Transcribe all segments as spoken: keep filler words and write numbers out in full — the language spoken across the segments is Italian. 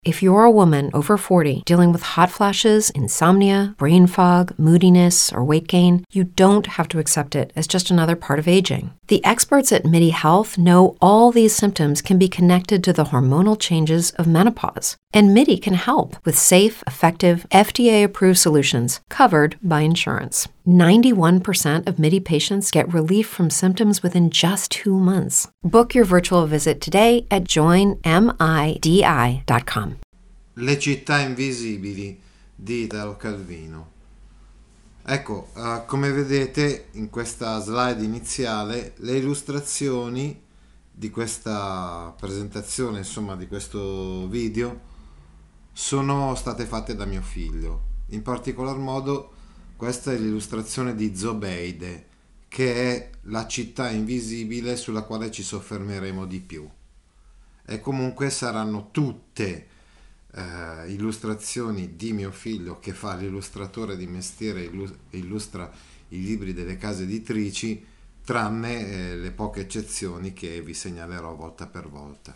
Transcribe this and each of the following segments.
If you're a woman over forty dealing with hot flashes, insomnia, brain fog, moodiness, or weight gain, you don't have to accept it as just another part of aging. The experts at MIDI Health know all these symptoms can be connected to the hormonal changes of menopause. And MIDI can help with safe, effective, F D A-approved solutions covered by insurance. ninety-one percent of MIDI patients get relief from symptoms within just two months. Book your virtual visit today at join midi dot com. Le città invisibili di Italo Calvino. Ecco, uh, come vedete in questa slide iniziale, le illustrazioni di questa presentazione, insomma di questo video, sono state fatte da mio figlio. In particolar modo questa è l'illustrazione di Zobeide, che è la città invisibile sulla quale ci soffermeremo di più. E comunque saranno tutte eh, illustrazioni di mio figlio, che fa l'illustratore di mestiere, illustra i libri delle case editrici, tranne eh, le poche eccezioni che vi segnalerò volta per volta.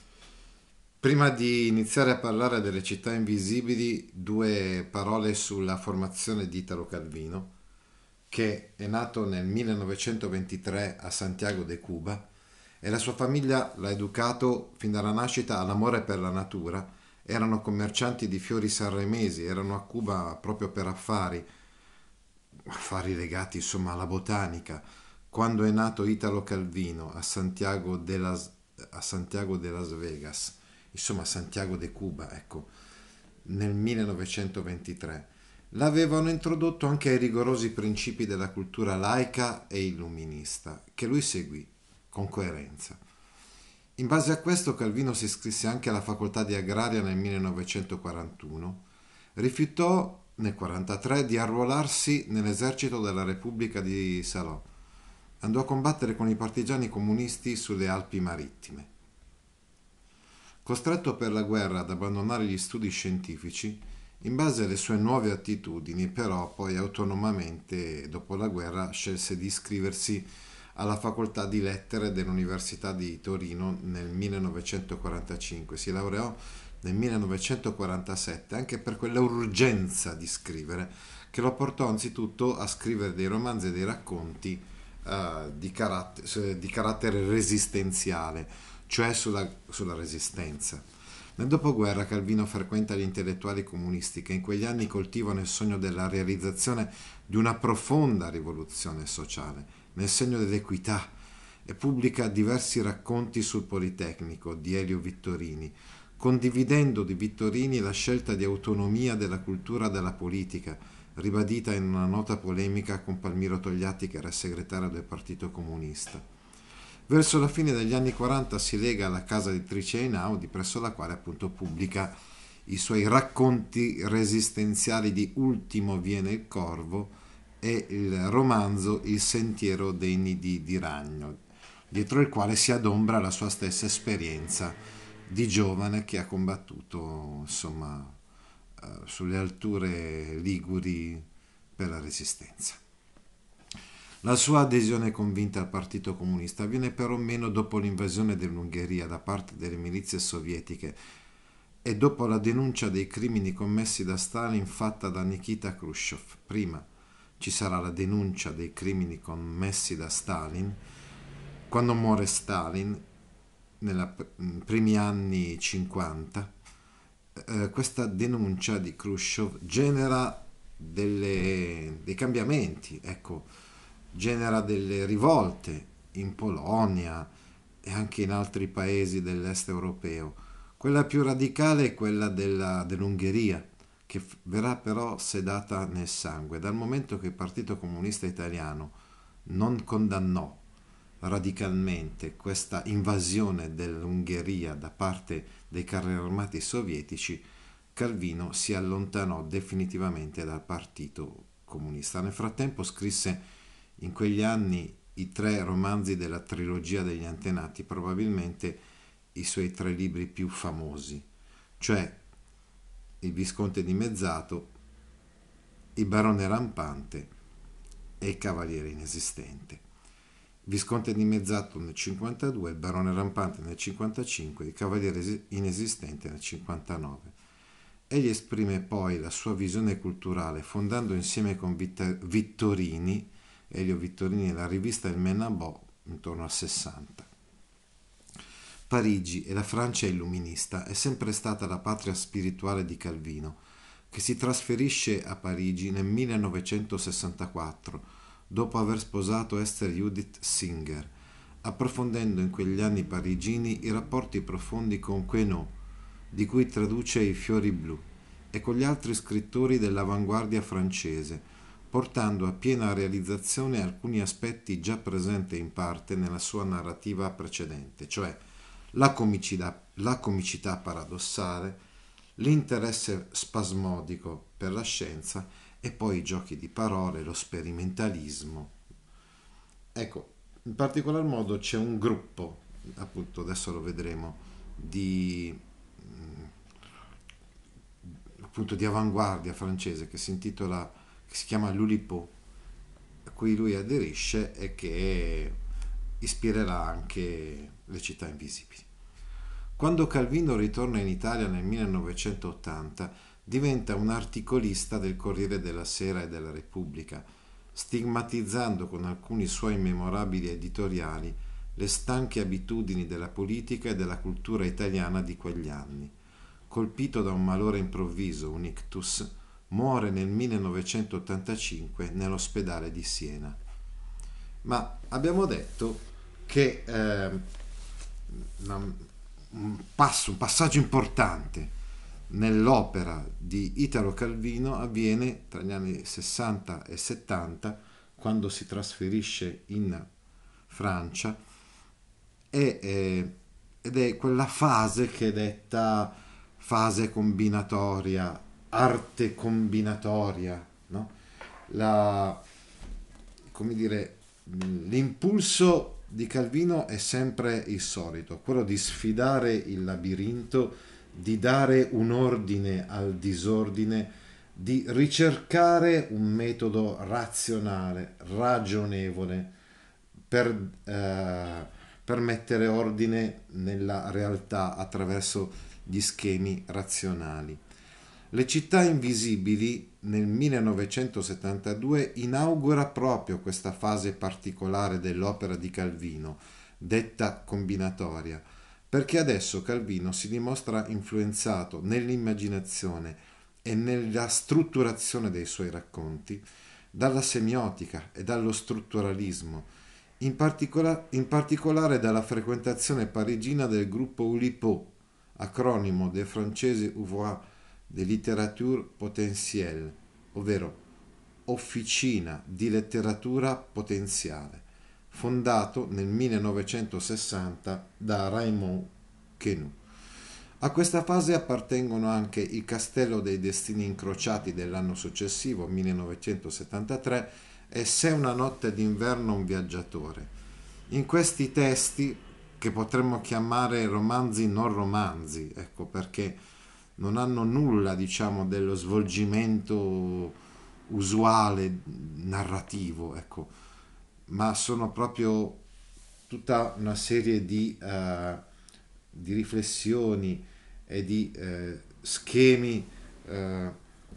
Prima di iniziare a parlare delle città invisibili, due parole sulla formazione di Italo Calvino, che è nato nel millenovecentoventitré a Santiago de Cuba, e la sua famiglia l'ha educato fin dalla nascita all'amore per la natura. Erano commercianti di fiori sanremesi, erano a Cuba proprio per affari, affari legati insomma alla botanica. Quando è nato Italo Calvino a Santiago de las, a Santiago de Las Vegas, insomma Santiago de Cuba, ecco, nel millenovecentoventitré, l'avevano introdotto anche ai rigorosi principi della cultura laica e illuminista, che lui seguì con coerenza. In base a questo Calvino si iscrisse anche alla facoltà di agraria nel millenovecentoquarantuno, rifiutò nel quarantatré di arruolarsi nell'esercito della Repubblica di Salò, andò a combattere con i partigiani comunisti sulle Alpi Marittime. Costretto per la guerra ad abbandonare gli studi scientifici, in base alle sue nuove attitudini, però poi autonomamente dopo la guerra scelse di iscriversi alla facoltà di lettere dell'Università di Torino nel millenovecentoquarantacinque. Si laureò nel millenovecentoquarantasette anche per quella urgenza di scrivere che lo portò anzitutto a scrivere dei romanzi e dei racconti uh, di, caratter- di carattere resistenziale, cioè sulla, sulla resistenza. Nel dopoguerra Calvino frequenta gli intellettuali comunisti che in quegli anni coltivano il sogno della realizzazione di una profonda rivoluzione sociale nel segno dell'equità, e pubblica diversi racconti sul Politecnico di Elio Vittorini, condividendo di Vittorini la scelta di autonomia della cultura della politica, ribadita in una nota polemica con Palmiro Togliatti, che era segretario del Partito Comunista. Verso la fine degli anni quaranta si lega alla casa editrice Einaudi, presso la quale appunto pubblica i suoi racconti resistenziali di Ultimo viene il corvo e il romanzo Il sentiero dei nidi di ragno, dietro il quale si adombra la sua stessa esperienza di giovane che ha combattuto insomma eh, sulle alture liguri per la resistenza. La sua adesione convinta al Partito Comunista avviene però meno dopo l'invasione dell'Ungheria da parte delle milizie sovietiche e dopo la denuncia dei crimini commessi da Stalin fatta da Nikita Khrushchev. Prima ci sarà la denuncia dei crimini commessi da Stalin. Quando muore Stalin, nei primi anni cinquanta, eh, questa denuncia di Khrushchev genera delle, dei cambiamenti, ecco, genera delle rivolte in Polonia e anche in altri paesi dell'est europeo. Quella più radicale è quella della, dell'Ungheria, che verrà però sedata nel sangue, dal momento che il Partito Comunista Italiano non condannò radicalmente questa invasione dell'Ungheria da parte dei carri armati sovietici. Calvino si allontanò definitivamente dal Partito Comunista. Nel frattempo scrisse in quegli anni i tre romanzi della trilogia degli Antenati, probabilmente i suoi tre libri più famosi, cioè Il Visconte dimezzato, Il Barone rampante e Il Cavaliere inesistente. Visconte dimezzato nel cinquantadue, il barone rampante nel cinquantacinque, il cavaliere inesistente nel cinquantanove. Egli esprime poi la sua visione culturale fondando insieme con Vittorini, Elio Vittorini, la rivista Il Menabò intorno al sessanta. Parigi e la Francia illuminista è sempre stata la patria spirituale di Calvino, che si trasferisce a Parigi nel millenovecentosessantaquattro, dopo aver sposato Esther Judith Singer, approfondendo in quegli anni parigini i rapporti profondi con Queneau, di cui traduce I fiori blu, e con gli altri scrittori dell'avanguardia francese, portando a piena realizzazione alcuni aspetti già presenti in parte nella sua narrativa precedente, cioè la comicità, la comicità paradossale, l'interesse spasmodico per la scienza e poi i giochi di parole, lo sperimentalismo. Ecco, in particolar modo c'è un gruppo, appunto adesso lo vedremo, di, appunto, di avanguardia francese che si intitola, che si chiama l'Oulipo, a cui lui aderisce e che ispirerà anche Le città invisibili. Quando Calvino ritorna in Italia nel millenovecentottanta, diventa un articolista del Corriere della Sera e della Repubblica, stigmatizzando con alcuni suoi memorabili editoriali le stanche abitudini della politica e della cultura italiana di quegli anni. Colpito da un malore improvviso, un ictus, muore nel millenovecentottantacinque nell'ospedale di Siena. Ma abbiamo detto che eh, un, passo, un passaggio importante nell'opera di Italo Calvino avviene tra gli anni sessanta e settanta, quando si trasferisce in Francia, e, eh, ed è quella fase che è detta fase combinatoria, arte combinatoria, no? La, come dire, l'impulso di Calvino è sempre il solito, quello di sfidare il labirinto, di dare un ordine al disordine, di ricercare un metodo razionale, ragionevole per, eh, per mettere ordine nella realtà attraverso gli schemi razionali. Le città invisibili nel millenovecentosettantadue inaugura proprio questa fase particolare dell'opera di Calvino, detta combinatoria, perché adesso Calvino si dimostra influenzato nell'immaginazione e nella strutturazione dei suoi racconti dalla semiotica e dallo strutturalismo, in, particola- in particolare dalla frequentazione parigina del gruppo Oulipo, acronimo del francese Ouvroir de littérature potentielle, ovvero Officina di letteratura potenziale, fondato nel millenovecentosessanta da Raymond Queneau. A questa fase appartengono anche Il Castello dei Destini Incrociati dell'anno successivo, millenovecentosettantatré, e Se una notte d'inverno un viaggiatore. In questi testi, che potremmo chiamare romanzi non romanzi, ecco perché non hanno nulla, diciamo, dello svolgimento usuale narrativo, ecco, ma sono proprio tutta una serie di, uh, di riflessioni e di uh, schemi uh,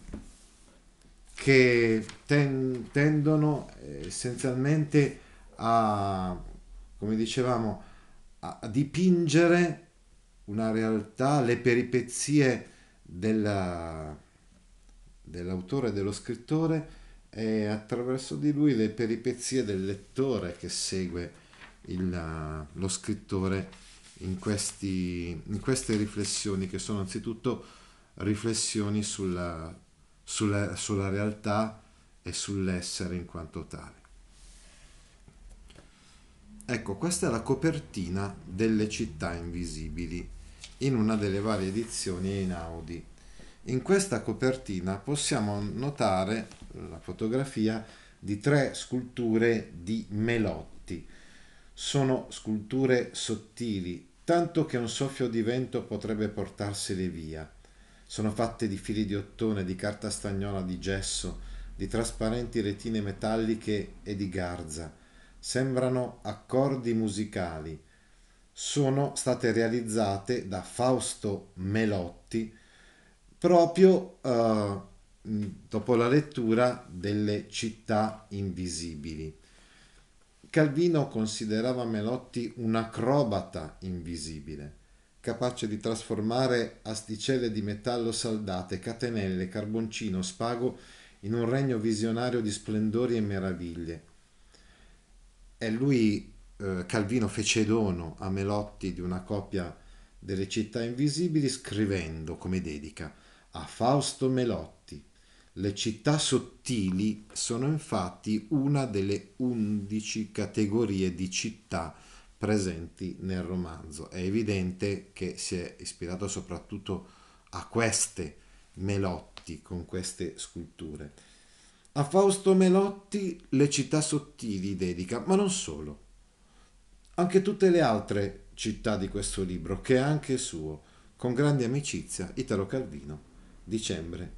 che ten- tendono essenzialmente a, come dicevamo, a, a dipingere una realtà, le peripezie della, dell'autore e dello scrittore, e attraverso di lui le peripezie del lettore che segue il, lo scrittore in, questi, in queste riflessioni, che sono anzitutto riflessioni sulla, sulla, sulla realtà e sull'essere in quanto tale. Ecco, questa è la copertina delle città invisibili in una delle varie edizioni Einaudi. In questa copertina possiamo notare la fotografia di tre sculture di Melotti. Sono sculture sottili, tanto che un soffio di vento potrebbe portarsele via. Sono fatte di fili di ottone, di carta stagnola, di gesso, di trasparenti retine metalliche e di garza. sembrano accordi musicali, sono state realizzate da Fausto Melotti proprio eh, dopo la lettura delle Città invisibili. Calvino considerava Melotti un acrobata invisibile, capace di trasformare asticelle di metallo saldate, catenelle, carboncino, spago in un regno visionario di splendori e meraviglie. E lui, eh, Calvino, fece dono a Melotti di una copia delle Città invisibili scrivendo come dedica a Fausto Melotti. Le città sottili sono infatti una delle undici categorie di città presenti nel romanzo. È evidente che si è ispirato soprattutto a queste Melotti con queste sculture. A Fausto Melotti le città sottili dedica, ma non solo, anche tutte le altre città di questo libro, che è anche suo, con grande amicizia, Italo Calvino, dicembre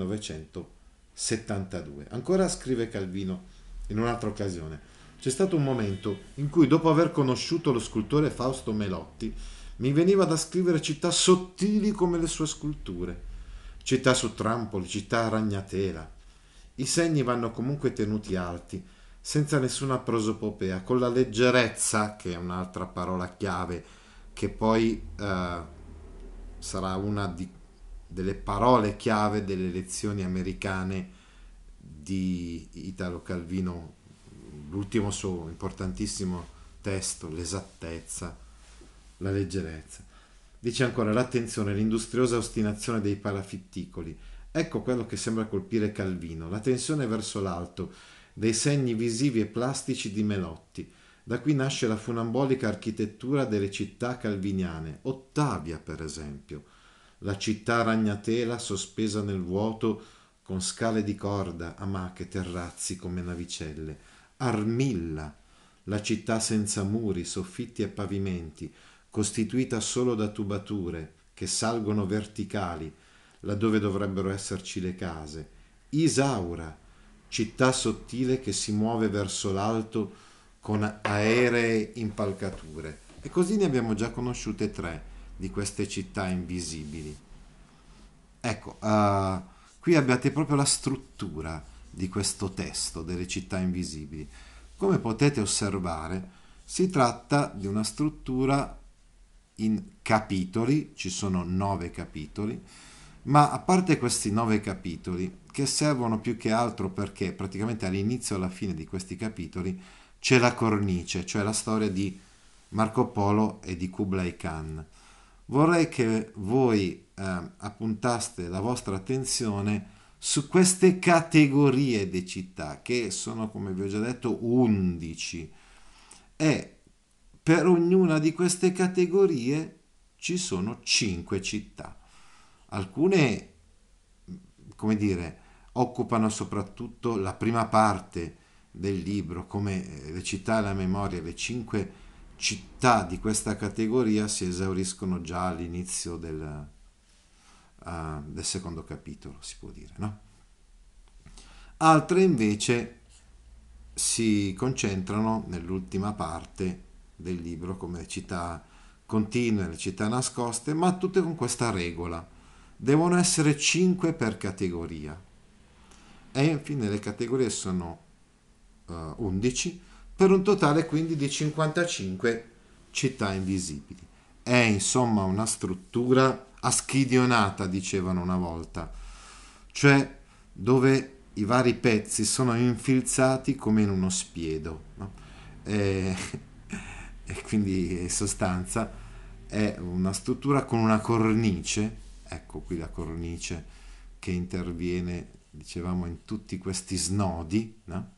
millenovecentosettantadue. Ancora scrive Calvino in un'altra occasione: c'è stato un momento in cui, dopo aver conosciuto lo scultore Fausto Melotti, mi veniva da scrivere città sottili come le sue sculture, città su trampoli, città a ragnatela. I segni vanno comunque tenuti alti, senza nessuna prosopopea, con la leggerezza, che è un'altra parola chiave, che poi eh, sarà una di, delle parole chiave delle lezioni americane di Italo Calvino, l'ultimo suo importantissimo testo, l'esattezza, la leggerezza. Dice ancora: l'attenzione, l'industriosa ostinazione dei palafitticoli. Ecco quello che sembra colpire Calvino, la tensione verso l'alto dei segni visivi e plastici di Melotti. Da qui nasce la funambolica architettura delle città calviniane. Ottavia, per esempio, la città ragnatela sospesa nel vuoto con scale di corda, amache, terrazzi come navicelle. Armilla, la città senza muri, soffitti e pavimenti, costituita solo da tubature che salgono verticali, laddove dovrebbero esserci le case. Isaura, città sottile che si muove verso l'alto con aeree impalcature. E così ne abbiamo già conosciute tre di queste città invisibili. Ecco, uh, qui abbiate proprio la struttura di questo testo delle città invisibili. Come potete osservare, si tratta di una struttura in capitoli, ci sono nove capitoli, ma a parte questi nove capitoli, che servono più che altro perché praticamente all'inizio e alla fine di questi capitoli c'è la cornice, cioè la storia di Marco Polo e di Kublai Khan. Vorrei che voi eh, appuntaste la vostra attenzione su queste categorie di città, che sono, come vi ho già detto, undici, e per ognuna di queste categorie ci sono cinque città. Alcune, come dire, occupano soprattutto la prima parte del libro, come le città e la memoria. Le cinque città di questa categoria si esauriscono già all'inizio del, uh, del secondo capitolo, si può dire, no? Altre invece si concentrano nell'ultima parte del libro, come le città continue, le città nascoste, ma tutte con questa regola: devono essere cinque per categoria. E infine le categorie sono uh, undici, per un totale quindi di cinquantacinque città invisibili. È insomma una struttura aschidionata, dicevano una volta, cioè dove i vari pezzi sono infilzati come in uno spiedo, no? E, e quindi in sostanza è una struttura con una cornice. Ecco qui la cornice che interviene, dicevamo, in tutti questi snodi, no?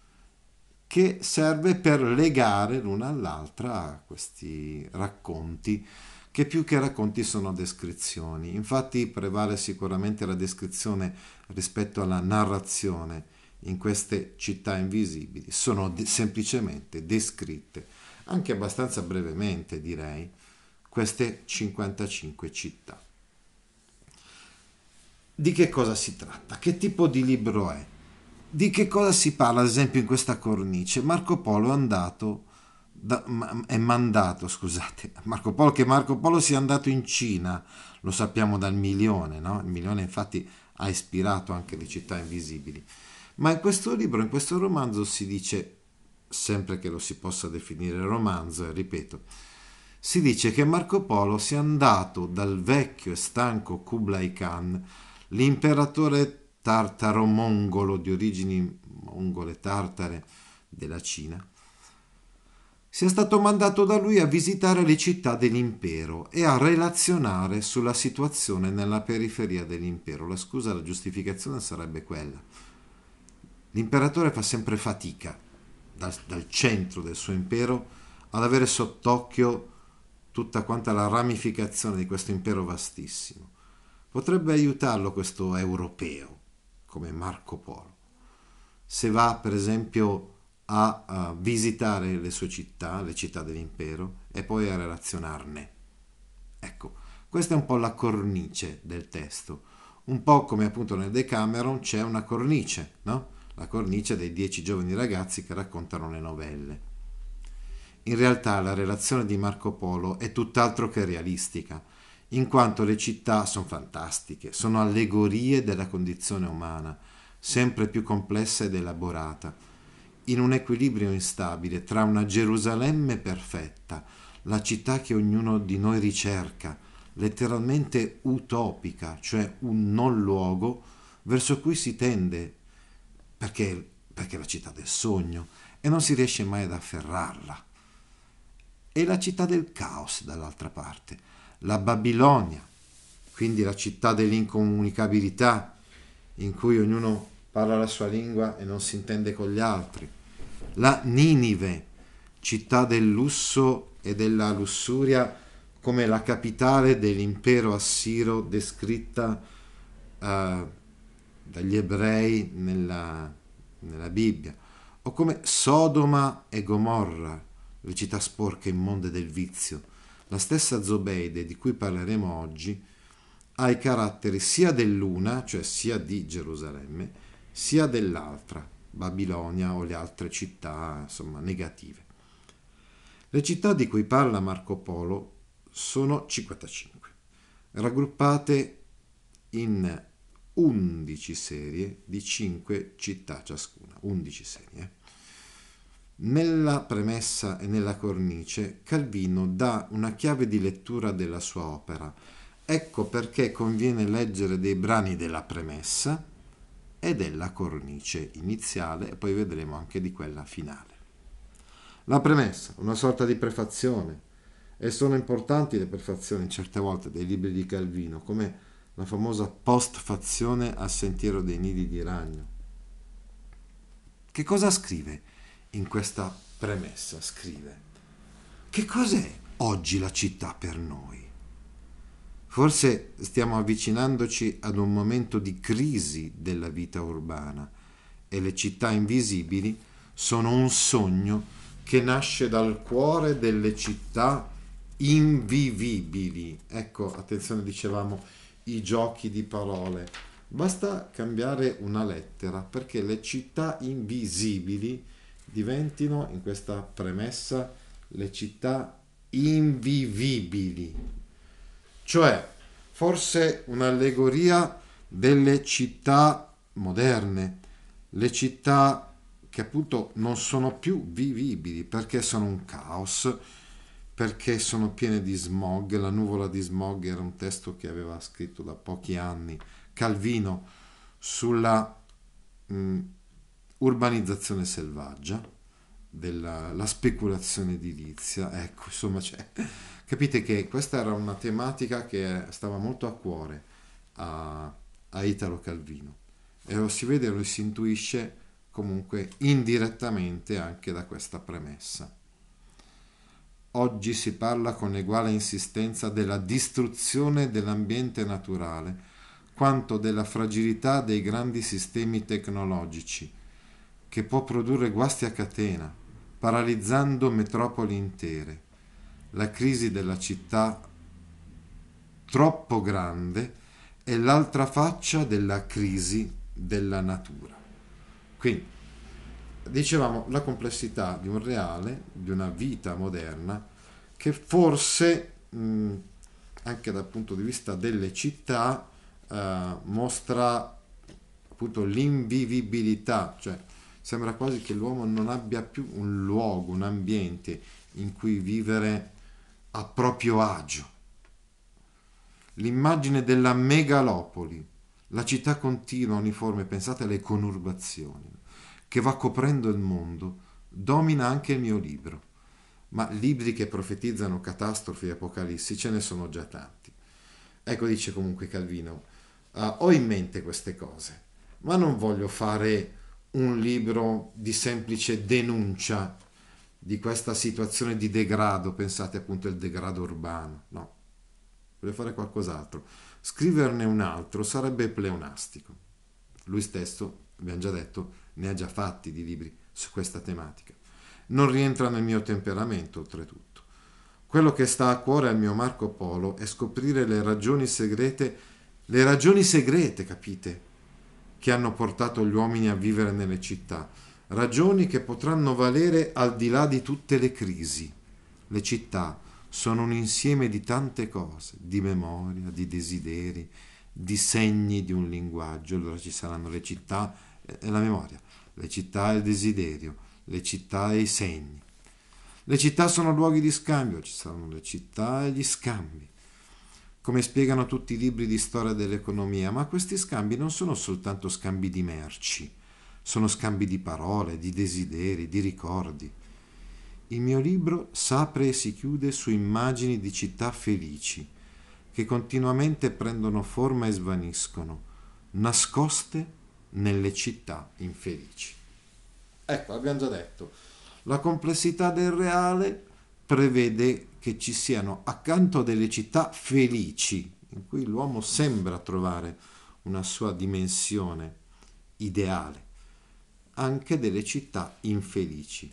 Che serve per legare l'una all'altra questi racconti, che più che racconti sono descrizioni. Infatti prevale sicuramente la descrizione rispetto alla narrazione in queste città invisibili. Sono de- semplicemente descritte, anche abbastanza brevemente direi, queste cinquantacinque città. Di che cosa si tratta? Che tipo di libro è? Di che cosa si parla, ad esempio, in questa cornice? Marco Polo è andato, da, è mandato, scusate, Marco Polo, che Marco Polo sia andato in Cina, lo sappiamo dal Milione, no? Il Milione infatti ha ispirato anche le città invisibili. Ma in questo libro, in questo romanzo si dice, sempre che lo si possa definire romanzo, e ripeto, si dice che Marco Polo sia andato dal vecchio e stanco Kublai Khan, l'imperatore tartaro-mongolo di origini mongole tartare della Cina, sia stato mandato da lui a visitare le città dell'impero e a relazionare sulla situazione nella periferia dell'impero. La scusa, la giustificazione sarebbe quella. L'imperatore fa sempre fatica dal, dal centro del suo impero ad avere sott'occhio tutta quanta la ramificazione di questo impero vastissimo. Potrebbe aiutarlo questo europeo come Marco Polo, se va per esempio a, a visitare le sue città, le città dell'impero, e poi a relazionarne. Ecco, questa è un po' la cornice del testo, un po' come appunto nel Decameron c'è una cornice, no? La cornice dei dieci giovani ragazzi che raccontano le novelle. In realtà la relazione di Marco Polo è tutt'altro che realistica, in quanto le città sono fantastiche, sono allegorie della condizione umana, sempre più complessa ed elaborata, in un equilibrio instabile tra una Gerusalemme perfetta, la città che ognuno di noi ricerca, letteralmente utopica, cioè un non luogo verso cui si tende, perché, perché è la città del sogno, e non si riesce mai ad afferrarla. E la città del caos, dall'altra parte, la Babilonia, quindi la città dell'incomunicabilità, in cui ognuno parla la sua lingua e non si intende con gli altri, la Ninive, città del lusso e della lussuria, come la capitale dell'impero assiro descritta uh, dagli ebrei nella, nella Bibbia, o come Sodoma e Gomorra, le città sporche e immonde del vizio. La stessa Zobeide, di cui parleremo oggi, ha i caratteri sia dell'una, cioè sia di Gerusalemme, sia dell'altra, Babilonia o le altre città, insomma, negative. Le città di cui parla Marco Polo sono cinquantacinque, raggruppate in undici serie di cinque città ciascuna, undici serie. Nella premessa e nella cornice Calvino dà una chiave di lettura della sua opera. Ecco perché conviene leggere dei brani della premessa e della cornice iniziale, e poi vedremo anche di quella finale. La premessa, una sorta di prefazione, e sono importanti le prefazioni certe volte dei libri di Calvino, come la famosa postfazione a Sentiero dei nidi di ragno. Che cosa scrive in questa premessa? Scrive: che cos'è oggi la città per noi? Forse stiamo avvicinandoci ad un momento di crisi della vita urbana e le città invisibili sono un sogno che nasce dal cuore delle città invivibili. Ecco, attenzione, dicevamo i giochi di parole. Basta cambiare una lettera perché le città invisibili diventino, in questa premessa, le città invivibili. Cioè, forse un'allegoria delle città moderne, le città che appunto non sono più vivibili perché sono un caos, perché sono piene di smog. La nuvola di smog era un testo che aveva scritto da pochi anni Calvino sulla mh, urbanizzazione selvaggia, della la speculazione edilizia. Ecco, insomma, c'è. Capite che questa era una tematica che stava molto a cuore a, a Italo Calvino, e lo si vede e lo si intuisce comunque indirettamente anche da questa premessa. Oggi si parla con eguale insistenza della distruzione dell'ambiente naturale quanto della fragilità dei grandi sistemi tecnologici, che può produrre guasti a catena, paralizzando metropoli intere. La crisi della città troppo grande è l'altra faccia della crisi della natura. Quindi, dicevamo, la complessità di un reale, di una vita moderna, che forse, mh, anche dal punto di vista delle città, eh, mostra appunto l'invivibilità, cioè sembra quasi che l'uomo non abbia più un luogo, un ambiente in cui vivere a proprio agio. L'immagine della megalopoli, la città continua, uniforme, pensate alle conurbazioni, che va coprendo il mondo, domina anche il mio libro. Ma libri che profetizzano catastrofi e apocalissi ce ne sono già tanti. Ecco, dice comunque Calvino, uh, ho in mente queste cose, ma non voglio fare un libro di semplice denuncia di questa situazione di degrado, pensate appunto al degrado urbano, no, voglio fare qualcos'altro. Scriverne un altro sarebbe pleonastico. Lui stesso, abbiamo già detto, ne ha già fatti di libri su questa tematica. Non rientra nel mio temperamento, oltretutto. Quello che sta a cuore al mio Marco Polo è scoprire le ragioni segrete, le ragioni segrete, capite, che hanno portato gli uomini a vivere nelle città, ragioni che potranno valere al di là di tutte le crisi. Le città sono un insieme di tante cose, di memoria, di desideri, di segni di un linguaggio. Allora ci saranno le città e la memoria, le città e il desiderio, le città e i segni. Le città sono luoghi di scambio, ci saranno le città e gli scambi, come spiegano tutti i libri di storia dell'economia, ma questi scambi non sono soltanto scambi di merci, sono scambi di parole, di desideri, di ricordi. Il mio libro s'apre e si chiude su immagini di città felici, che continuamente prendono forma e svaniscono, nascoste nelle città infelici. Ecco, abbiamo già detto, la complessità del reale prevede che ci siano accanto a delle città felici, in cui l'uomo sembra trovare una sua dimensione ideale, anche delle città infelici.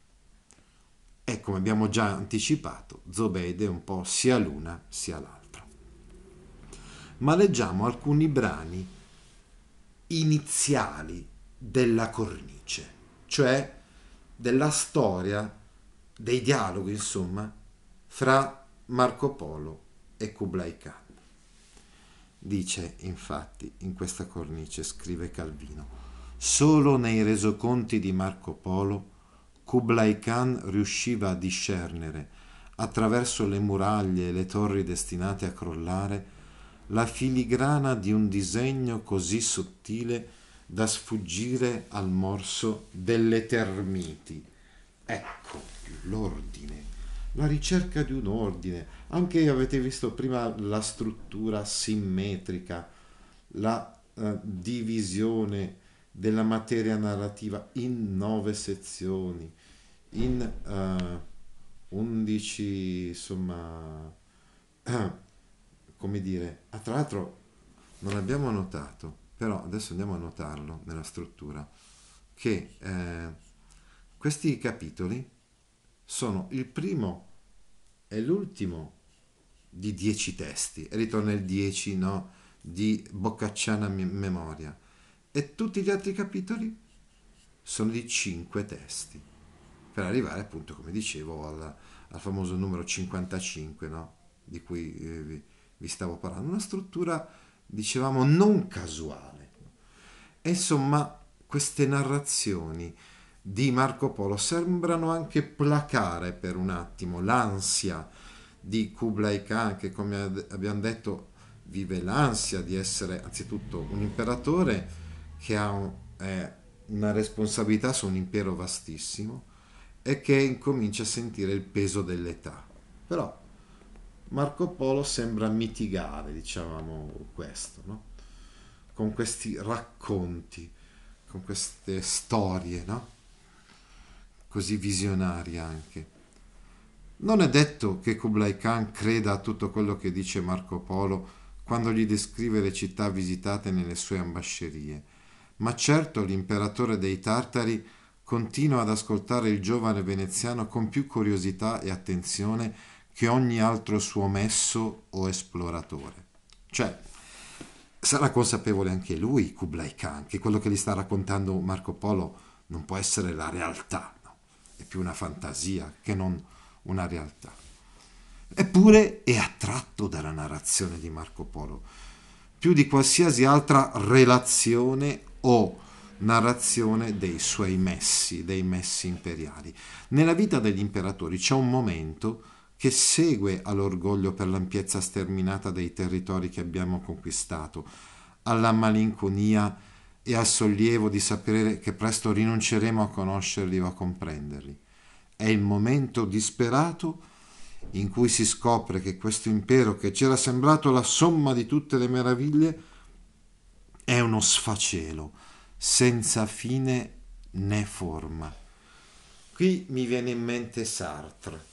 E come abbiamo già anticipato, Zobede è un po' sia l'una sia l'altra. Ma leggiamo alcuni brani iniziali della cornice, cioè della storia, dei dialoghi, insomma, fra Marco Polo e Kublai Khan. Dice, infatti, in questa cornice, scrive Calvino, solo nei resoconti di Marco Polo Kublai Khan riusciva a discernere, attraverso le muraglie e le torri destinate a crollare, la filigrana di un disegno così sottile da sfuggire al morso delle termiti. Ecco l'ordine, la ricerca di un ordine. Anche avete visto prima la struttura simmetrica, la uh, divisione della materia narrativa in nove sezioni, in uh, undici, insomma, uh, come dire, ah, tra l'altro non abbiamo notato, però adesso andiamo a notarlo nella struttura, che eh, questi capitoli sono il primo e l'ultimo di dieci testi, e ritorna il dieci, no, di Boccacciana Memoria, e tutti gli altri capitoli sono di cinque testi, per arrivare appunto, come dicevo, al, al famoso numero cinquantacinque, no, di cui eh, vi, vi stavo parlando. Una struttura, dicevamo, non casuale. E insomma, queste narrazioni di Marco Polo sembrano anche placare per un attimo l'ansia di Kublai Khan, che, come abbiamo detto, vive l'ansia di essere anzitutto un imperatore che ha un, eh, una responsabilità su un impero vastissimo e che incomincia a sentire il peso dell'età. Però Marco Polo sembra mitigare, diciamo, questo, no? Con questi racconti, con queste storie, no? Così visionarie anche. Non è detto che Kublai Khan creda a tutto quello che dice Marco Polo quando gli descrive le città visitate nelle sue ambascerie, ma certo l'imperatore dei Tartari continua ad ascoltare il giovane veneziano con più curiosità e attenzione che ogni altro suo messo o esploratore. Cioè, Sarà consapevole anche lui, Kublai Khan, che quello che gli sta raccontando Marco Polo non può essere la realtà, no? È più una fantasia che non una realtà. Eppure è attratto dalla narrazione di Marco Polo, più di qualsiasi altra relazione o narrazione dei suoi messi, dei messi imperiali. Nella vita degli imperatori c'è un momento che segue all'orgoglio per l'ampiezza sterminata dei territori che abbiamo conquistato, alla malinconia e al sollievo di sapere che presto rinunceremo a conoscerli o a comprenderli. È il momento disperato in cui si scopre che questo impero, che c'era sembrato la somma di tutte le meraviglie, è uno sfacelo, senza fine né forma. Qui mi viene in mente Sartre.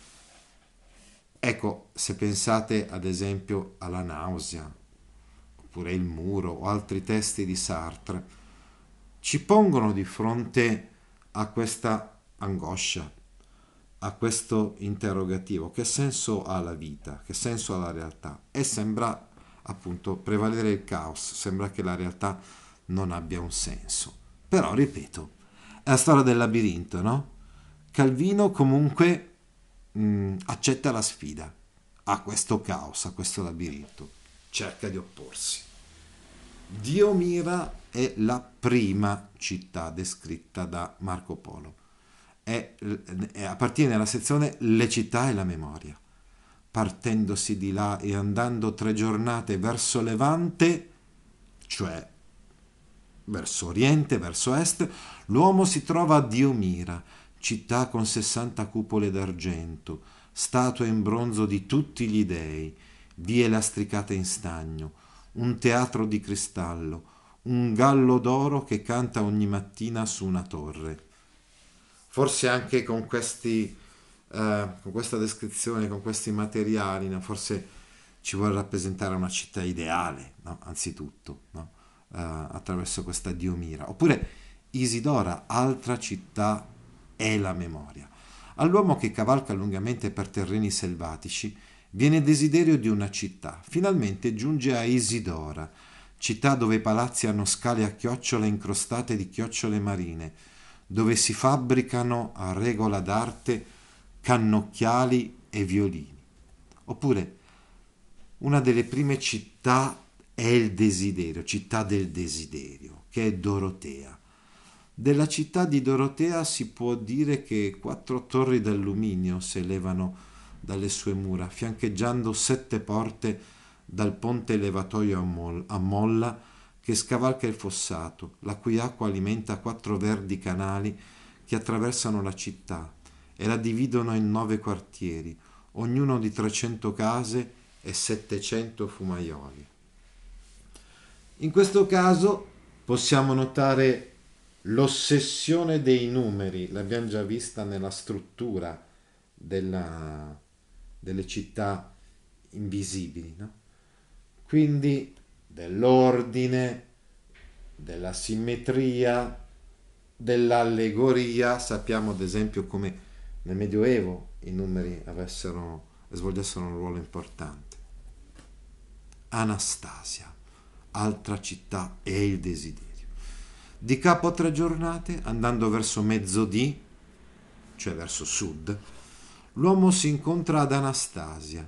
Ecco, se pensate ad esempio alla nausea, oppure il muro o altri testi di Sartre, ci pongono di fronte a questa angoscia, a questo interrogativo: che senso ha la vita, che senso ha la realtà? E sembra appunto prevalere il caos, sembra che la realtà non abbia un senso. Però, ripeto, è la storia del labirinto, no? Calvino comunque mh, accetta la sfida a questo caos, a questo labirinto, cerca di opporsi. Diomira è la prima città descritta da Marco Polo. È, è, appartiene alla sezione Le città e la memoria. Partendosi di là e andando tre giornate verso Levante, cioè verso oriente, verso est, l'uomo si trova a Diomira, città con sessanta cupole d'argento, statue in bronzo di tutti gli dei, vie lastricate in stagno, un teatro di cristallo, un gallo d'oro che canta ogni mattina su una torre. Forse anche con questi, eh, con questa descrizione, con questi materiali, no? Forse ci vuole rappresentare una città ideale, no? Anzitutto, no? Eh, attraverso questa Diomira. Oppure Isidora, altra città, è la memoria. All'uomo che cavalca lungamente per terreni selvatici viene desiderio di una città. Finalmente giunge a Isidora, città dove i palazzi hanno scale a chiocciola incrostate di chiocciole marine, dove si fabbricano a regola d'arte cannocchiali e violini. Oppure una delle prime città è il desiderio, città del desiderio, che è Dorotea. Della città di Dorotea si può dire che quattro torri d'alluminio si elevano dalle sue mura, fiancheggiando sette porte dal ponte levatoio a, mol- a molla che scavalca il fossato, la cui acqua alimenta quattro verdi canali che attraversano la città e la dividono in nove quartieri, ognuno di trecento case e settecento fumaioli. In questo caso possiamo notare l'ossessione dei numeri, l'abbiamo già vista nella struttura della, delle città invisibili, no? Quindi dell'ordine, della simmetria, dell'allegoria. Sappiamo ad esempio come nel Medioevo i numeri avessero, svolgessero un ruolo importante. Anastasia, altra città, è il desiderio. Di capo a tre giornate, andando verso mezzodì, cioè verso sud, l'uomo si incontra ad Anastasia.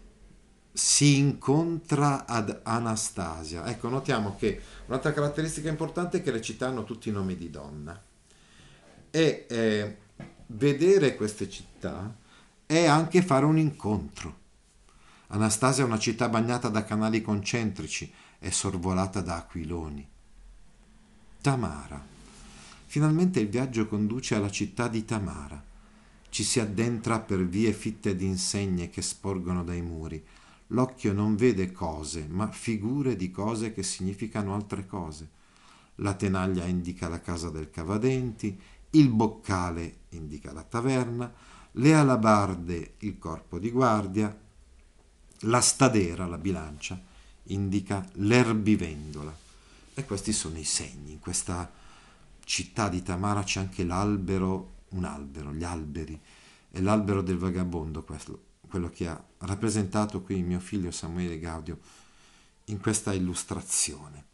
Si incontra ad Anastasia. Ecco, notiamo che un'altra caratteristica importante è che le città hanno tutti i nomi di donna. E eh, vedere queste città è anche fare un incontro. Anastasia è una città bagnata da canali concentrici e sorvolata da aquiloni. Tamara. Finalmente il viaggio conduce alla città di Tamara. Ci si addentra per vie fitte di insegne che sporgono dai muri. L'occhio non vede cose, ma figure di cose che significano altre cose. La tenaglia indica la casa del cavadenti, il boccale indica la taverna, le alabarde il corpo di guardia, la stadera, la bilancia, indica l'erbivendola. E questi sono i segni. In questa città di Tamara c'è anche l'albero, un albero, gli alberi, è l'albero del vagabondo, questo, quello che ha rappresentato qui mio figlio Samuele Gaudio in questa illustrazione.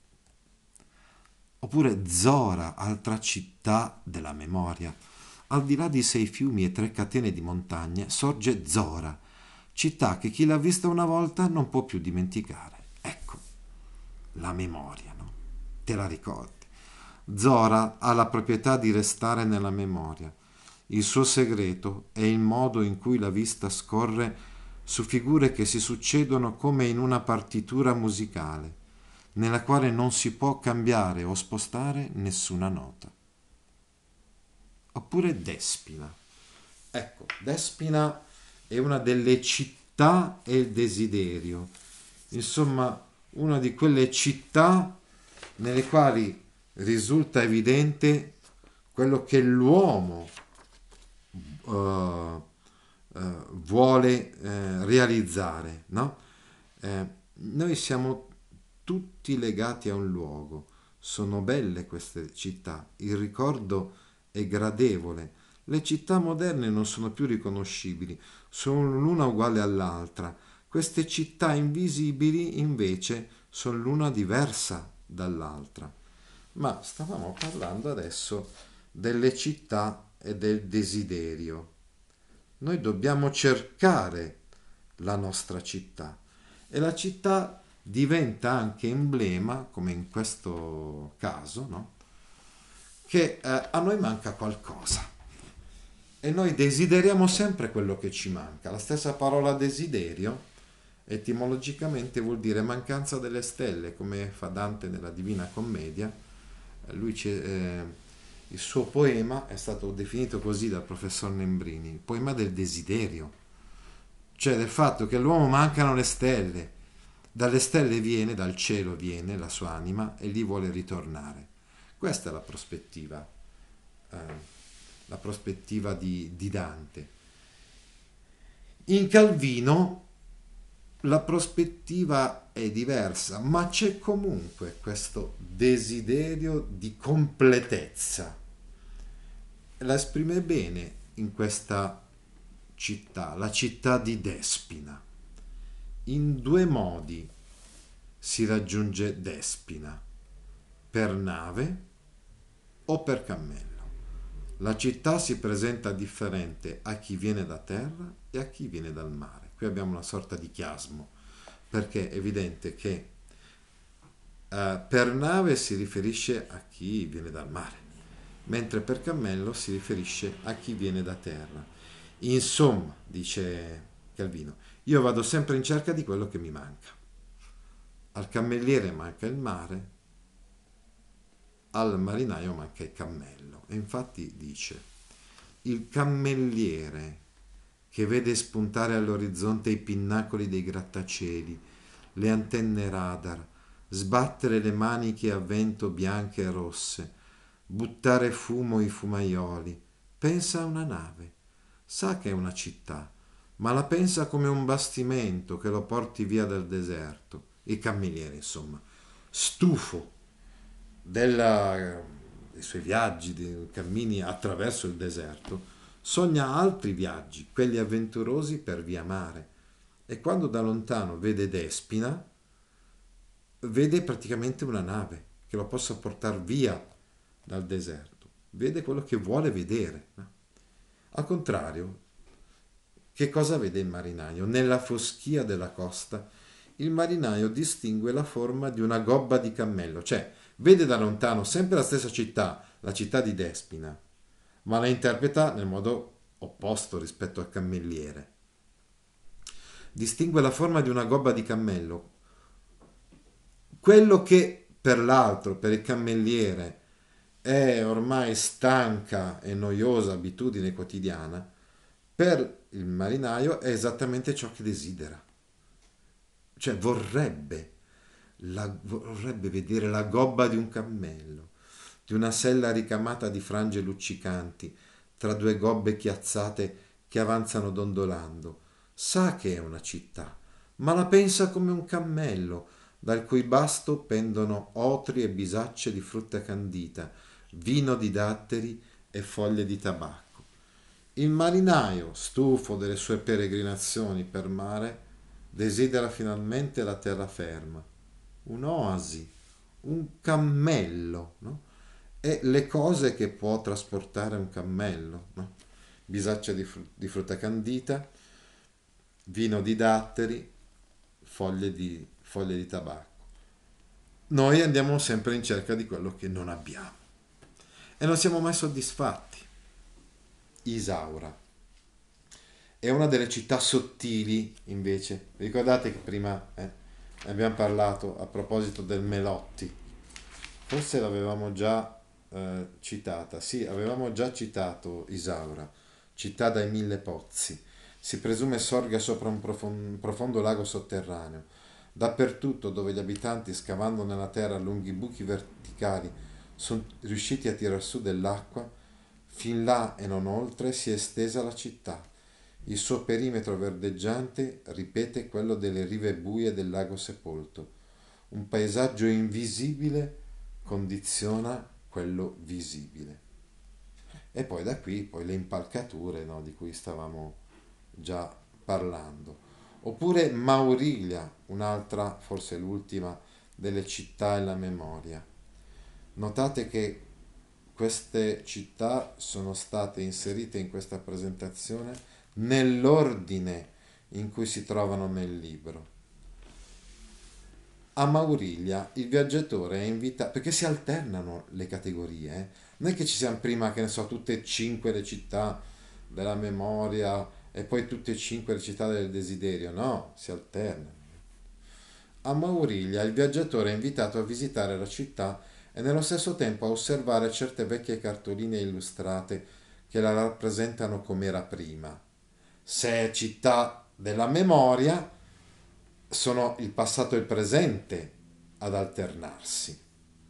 Oppure Zora, altra città della memoria. Al di là di sei fiumi e tre catene di montagne sorge Zora, città che chi l'ha vista una volta non può più dimenticare. Ecco, la memoria, no? Te la ricordi? Zora ha la proprietà di restare nella memoria. Il suo segreto è il modo in cui la vista scorre su figure che si succedono come in una partitura musicale, nella quale non si può cambiare o spostare nessuna nota. Oppure Despina. Ecco, Despina è una delle città e il desiderio. Insomma, una di quelle città nelle quali risulta evidente quello che l'uomo uh, uh, vuole uh, realizzare, no? Eh, noi siamo tutti legati a un luogo. Sono belle queste città, il ricordo è gradevole. Le città moderne non sono più riconoscibili, sono l'una uguale all'altra. Queste città invisibili invece sono l'una diversa dall'altra. Ma stavamo parlando adesso delle città e del desiderio. Noi dobbiamo cercare la nostra città e la città diventa anche emblema, come in questo caso, no? Che eh, a noi manca qualcosa e noi desideriamo sempre quello che ci manca. La stessa parola desiderio etimologicamente vuol dire mancanza delle stelle, come fa Dante nella Divina Commedia. Lui ci, eh, il suo poema è stato definito così dal professor Nembrini, il poema del desiderio, cioè del fatto che all'uomo mancano le stelle. Dalle stelle viene, dal cielo viene la sua anima e lì vuole ritornare. Questa è la prospettiva, eh, la prospettiva di, di Dante. In Calvino la prospettiva è diversa, ma c'è comunque questo desiderio di completezza. La esprime bene in questa città, la città di Despina. In due modi si raggiunge Despina, per nave o per cammello. La città si presenta differente a chi viene da terra e a chi viene dal mare. Qui abbiamo una sorta di chiasmo, perché è evidente che eh, per nave si riferisce a chi viene dal mare, mentre per cammello si riferisce a chi viene da terra. Insomma, dice Calvino, io vado sempre in cerca di quello che mi manca. Al cammelliere manca il mare, al marinaio manca il cammello. E infatti dice, il cammelliere che vede spuntare all'orizzonte i pinnacoli dei grattacieli, le antenne radar, sbattere le maniche a vento bianche e rosse, buttare fumo i fumaioli, pensa a una nave, sa che è una città, ma la pensa come un bastimento che lo porti via dal deserto. Il cammelliere, insomma, stufo della, dei suoi viaggi, dei cammini attraverso il deserto, sogna altri viaggi, quelli avventurosi per via mare. E quando da lontano vede Despina, vede praticamente una nave che lo possa portare via dal deserto. Vede quello che vuole vedere. No? Al contrario, che cosa vede il marinaio? Nella foschia della costa, il marinaio distingue la forma di una gobba di cammello, cioè vede da lontano sempre la stessa città, la città di Despina, ma la interpreta nel modo opposto rispetto al cammelliere. Distingue la forma di una gobba di cammello. Quello che per l'altro, per il cammelliere, è ormai stanca e noiosa abitudine quotidiana, per il marinaio è esattamente ciò che desidera. Cioè vorrebbe, la, vorrebbe vedere la gobba di un cammello, di una sella ricamata di frange luccicanti, tra due gobbe chiazzate che avanzano dondolando. Sa che è una città, ma la pensa come un cammello, dal cui basto pendono otri e bisacce di frutta candita, vino di datteri e foglie di tabacco. Il marinaio, stufo delle sue peregrinazioni per mare, desidera finalmente la terraferma, un'oasi, un cammello, no? E le cose che può trasportare un cammello, no? Bisaccia di, fru- di frutta candita, vino di datteri, foglie di, foglie di tabacco. Noi andiamo sempre in cerca di quello che non abbiamo e non siamo mai soddisfatti. Isaura è una delle città sottili, invece. Vi ricordate che prima eh, abbiamo parlato a proposito del Melotti? Forse l'avevamo già eh, citata. Sì, avevamo già citato Isaura, città dai mille pozzi. Si presume sorga sopra un profon- profondo lago sotterraneo. Dappertutto dove gli abitanti, scavando nella terra lunghi buchi verticali, sono riusciti a tirar su dell'acqua, fin là e non oltre si è estesa la città. Il suo perimetro verdeggiante ripete quello delle rive buie del lago sepolto. Un paesaggio invisibile condiziona quello visibile. E poi da qui poi le impalcature, no, di cui stavamo già parlando. Oppure Mauriglia, un'altra, forse l'ultima, delle città e la memoria. Notate che queste città sono state inserite in questa presentazione nell'ordine in cui si trovano nel libro. A Mauriglia il viaggiatore è invitato, perché si alternano le categorie, eh? Non è che ci siano prima, che ne so, tutte e cinque le città della memoria e poi tutte e cinque le città del desiderio, no, si alternano. A Mauriglia il viaggiatore è invitato a visitare la città e nello stesso tempo a osservare certe vecchie cartoline illustrate che la rappresentano come era prima. Se è città della memoria, sono il passato e il presente ad alternarsi.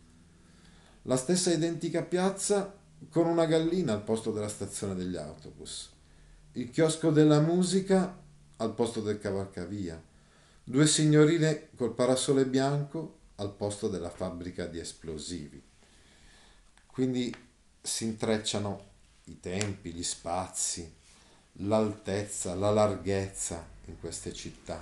La stessa identica piazza con una gallina al posto della stazione degli autobus. Il chiosco della musica al posto del cavalcavia. Due signorine col parasole bianco al posto della fabbrica di esplosivi. Quindi si intrecciano i tempi, gli spazi, l'altezza, la larghezza in queste città.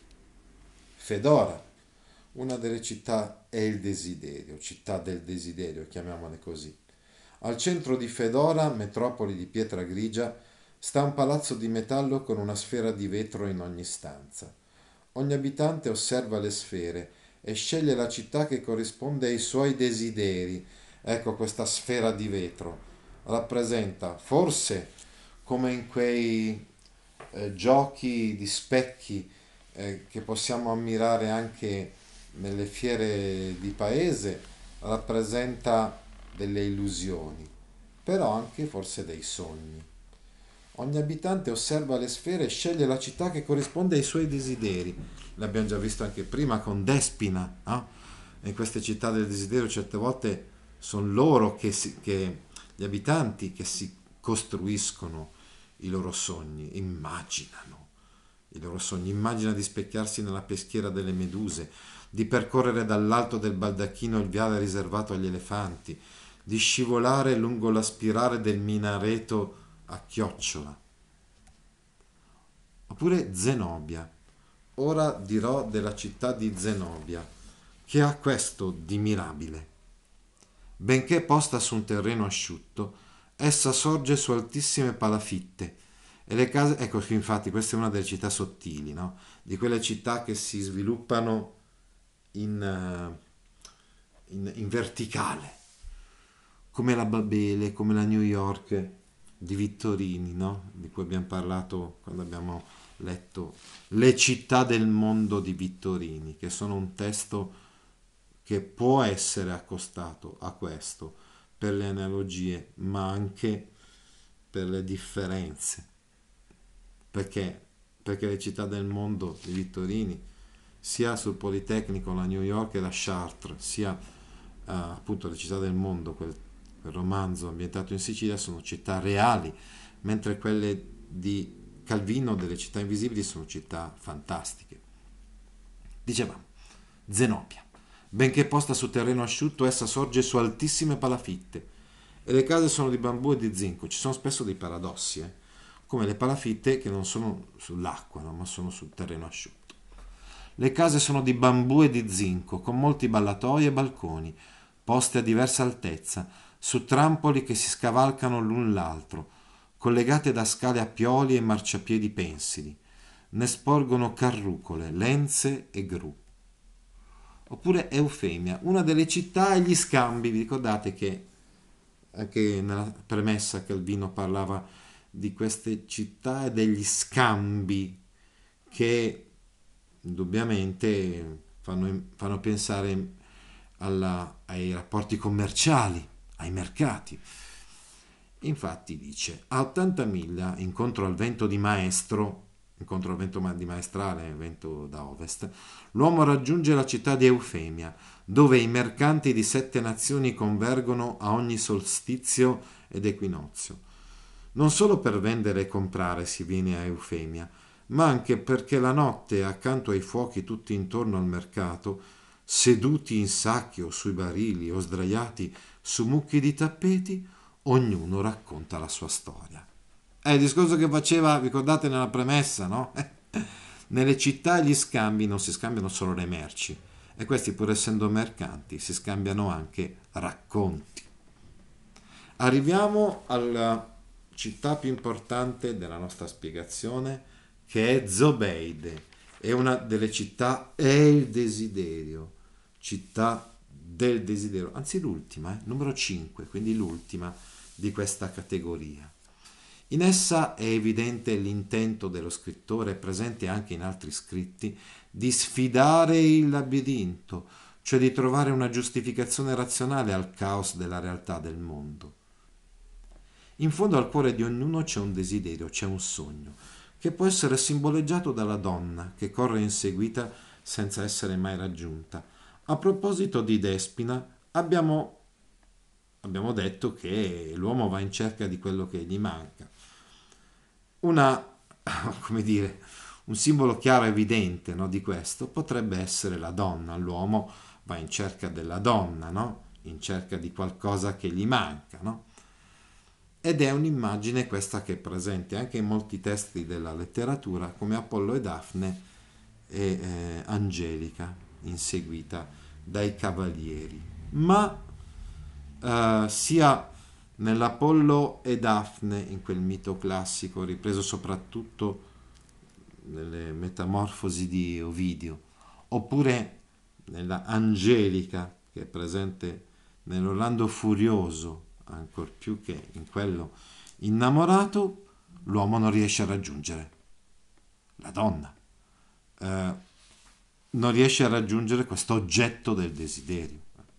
Fedora, una delle città è il desiderio, città del desiderio, chiamiamole così. Al centro di Fedora, metropoli di pietra grigia, sta un palazzo di metallo con una sfera di vetro in ogni stanza. Ogni abitante osserva le sfere e sceglie la città che corrisponde ai suoi desideri. Ecco, questa sfera di vetro rappresenta, forse come in quei eh, giochi di specchi eh, che possiamo ammirare anche nelle fiere di paese, rappresenta delle illusioni, però anche forse dei sogni. Ogni abitante osserva le sfere e sceglie la città che corrisponde ai suoi desideri. L'abbiamo già visto anche prima con Despina, no? In queste città del desiderio certe volte sono loro che, si, che gli abitanti che si costruiscono i loro sogni, immaginano i loro sogni, immagina di specchiarsi nella peschiera delle meduse, di percorrere dall'alto del baldacchino il viale riservato agli elefanti, di scivolare lungo la spirale del minareto a chiocciola. Oppure Zenobia. Ora dirò della città di Zenobia, che ha questo di mirabile. Benché posta su un terreno asciutto, essa sorge su altissime palafitte e le case, ecco che infatti questa è una delle città sottili, no? Di quelle città che si sviluppano in, in, in verticale, come la Babele, come la New York di Vittorini, no? Di cui abbiamo parlato quando abbiamo letto Le città del mondo di Vittorini, che sono un testo che può essere accostato a questo per le analogie, ma anche per le differenze. Perché? Perché le città del mondo di Vittorini, sia sul Politecnico, la New York e la Chartres, sia uh, appunto le città del mondo, quel, quel romanzo ambientato in Sicilia, sono città reali, mentre quelle di Calvino, delle città invisibili, sono città fantastiche. Dicevamo, Zenobia. Benché posta su terreno asciutto, essa sorge su altissime palafitte e le case sono di bambù e di zinco. Ci sono spesso dei paradossi, eh? Come le palafitte che non sono sull'acqua, no? Ma sono sul terreno asciutto. Le case sono di bambù e di zinco, con molti ballatoi e balconi, poste a diversa altezza, su trampoli che si scavalcano l'un l'altro, collegate da scale a pioli e marciapiedi pensili. Ne sporgono carrucole, lenze e gru. Oppure Eufemia, una delle città e gli scambi. Vi ricordate che anche nella premessa Calvino parlava di queste città e degli scambi che indubbiamente fanno, fanno pensare alla, ai rapporti commerciali, ai mercati. Infatti dice, a ottanta miglia, incontro al vento di maestro, incontro al vento di maestrale, vento da ovest, l'uomo raggiunge la città di Eufemia, dove i mercanti di sette nazioni convergono a ogni solstizio ed equinozio. Non solo per vendere e comprare si viene a Eufemia, ma anche perché la notte, accanto ai fuochi tutti intorno al mercato, seduti in sacchi o sui barili o sdraiati su mucchi di tappeti, ognuno racconta la sua storia. È il discorso che faceva, ricordate nella premessa, no? Nelle città gli scambi non si scambiano solo le merci, e questi, pur essendo mercanti, si scambiano anche racconti. Arriviamo alla città più importante della nostra spiegazione, che è Zobeide. È una delle città, è il desiderio, città del desiderio, anzi l'ultima, eh? numero cinque, quindi l'ultima di questa categoria. In essa è evidente l'intento dello scrittore, presente anche in altri scritti, di sfidare il labirinto, cioè di trovare una giustificazione razionale al caos della realtà del mondo. In fondo al cuore di ognuno c'è un desiderio, c'è un sogno, che può essere simboleggiato dalla donna che corre inseguita senza essere mai raggiunta. A proposito di Despina, abbiamo, abbiamo detto che l'uomo va in cerca di quello che gli manca. Una, come dire, un simbolo chiaro e evidente, no, di questo potrebbe essere la donna. L'uomo va in cerca della donna, no? In cerca di qualcosa che gli manca, no? Ed è un'immagine questa che è presente anche in molti testi della letteratura, come Apollo e Dafne e eh, Angelica, inseguita dai cavalieri. Ma eh, sia nell'Apollo e Dafne, in quel mito classico, ripreso soprattutto nelle Metamorfosi di Ovidio, oppure nella Angelica, che è presente nell'Orlando Furioso, ancor più che in quello innamorato, l'uomo non riesce a raggiungere la donna, eh, non riesce a raggiungere questo oggetto del desiderio.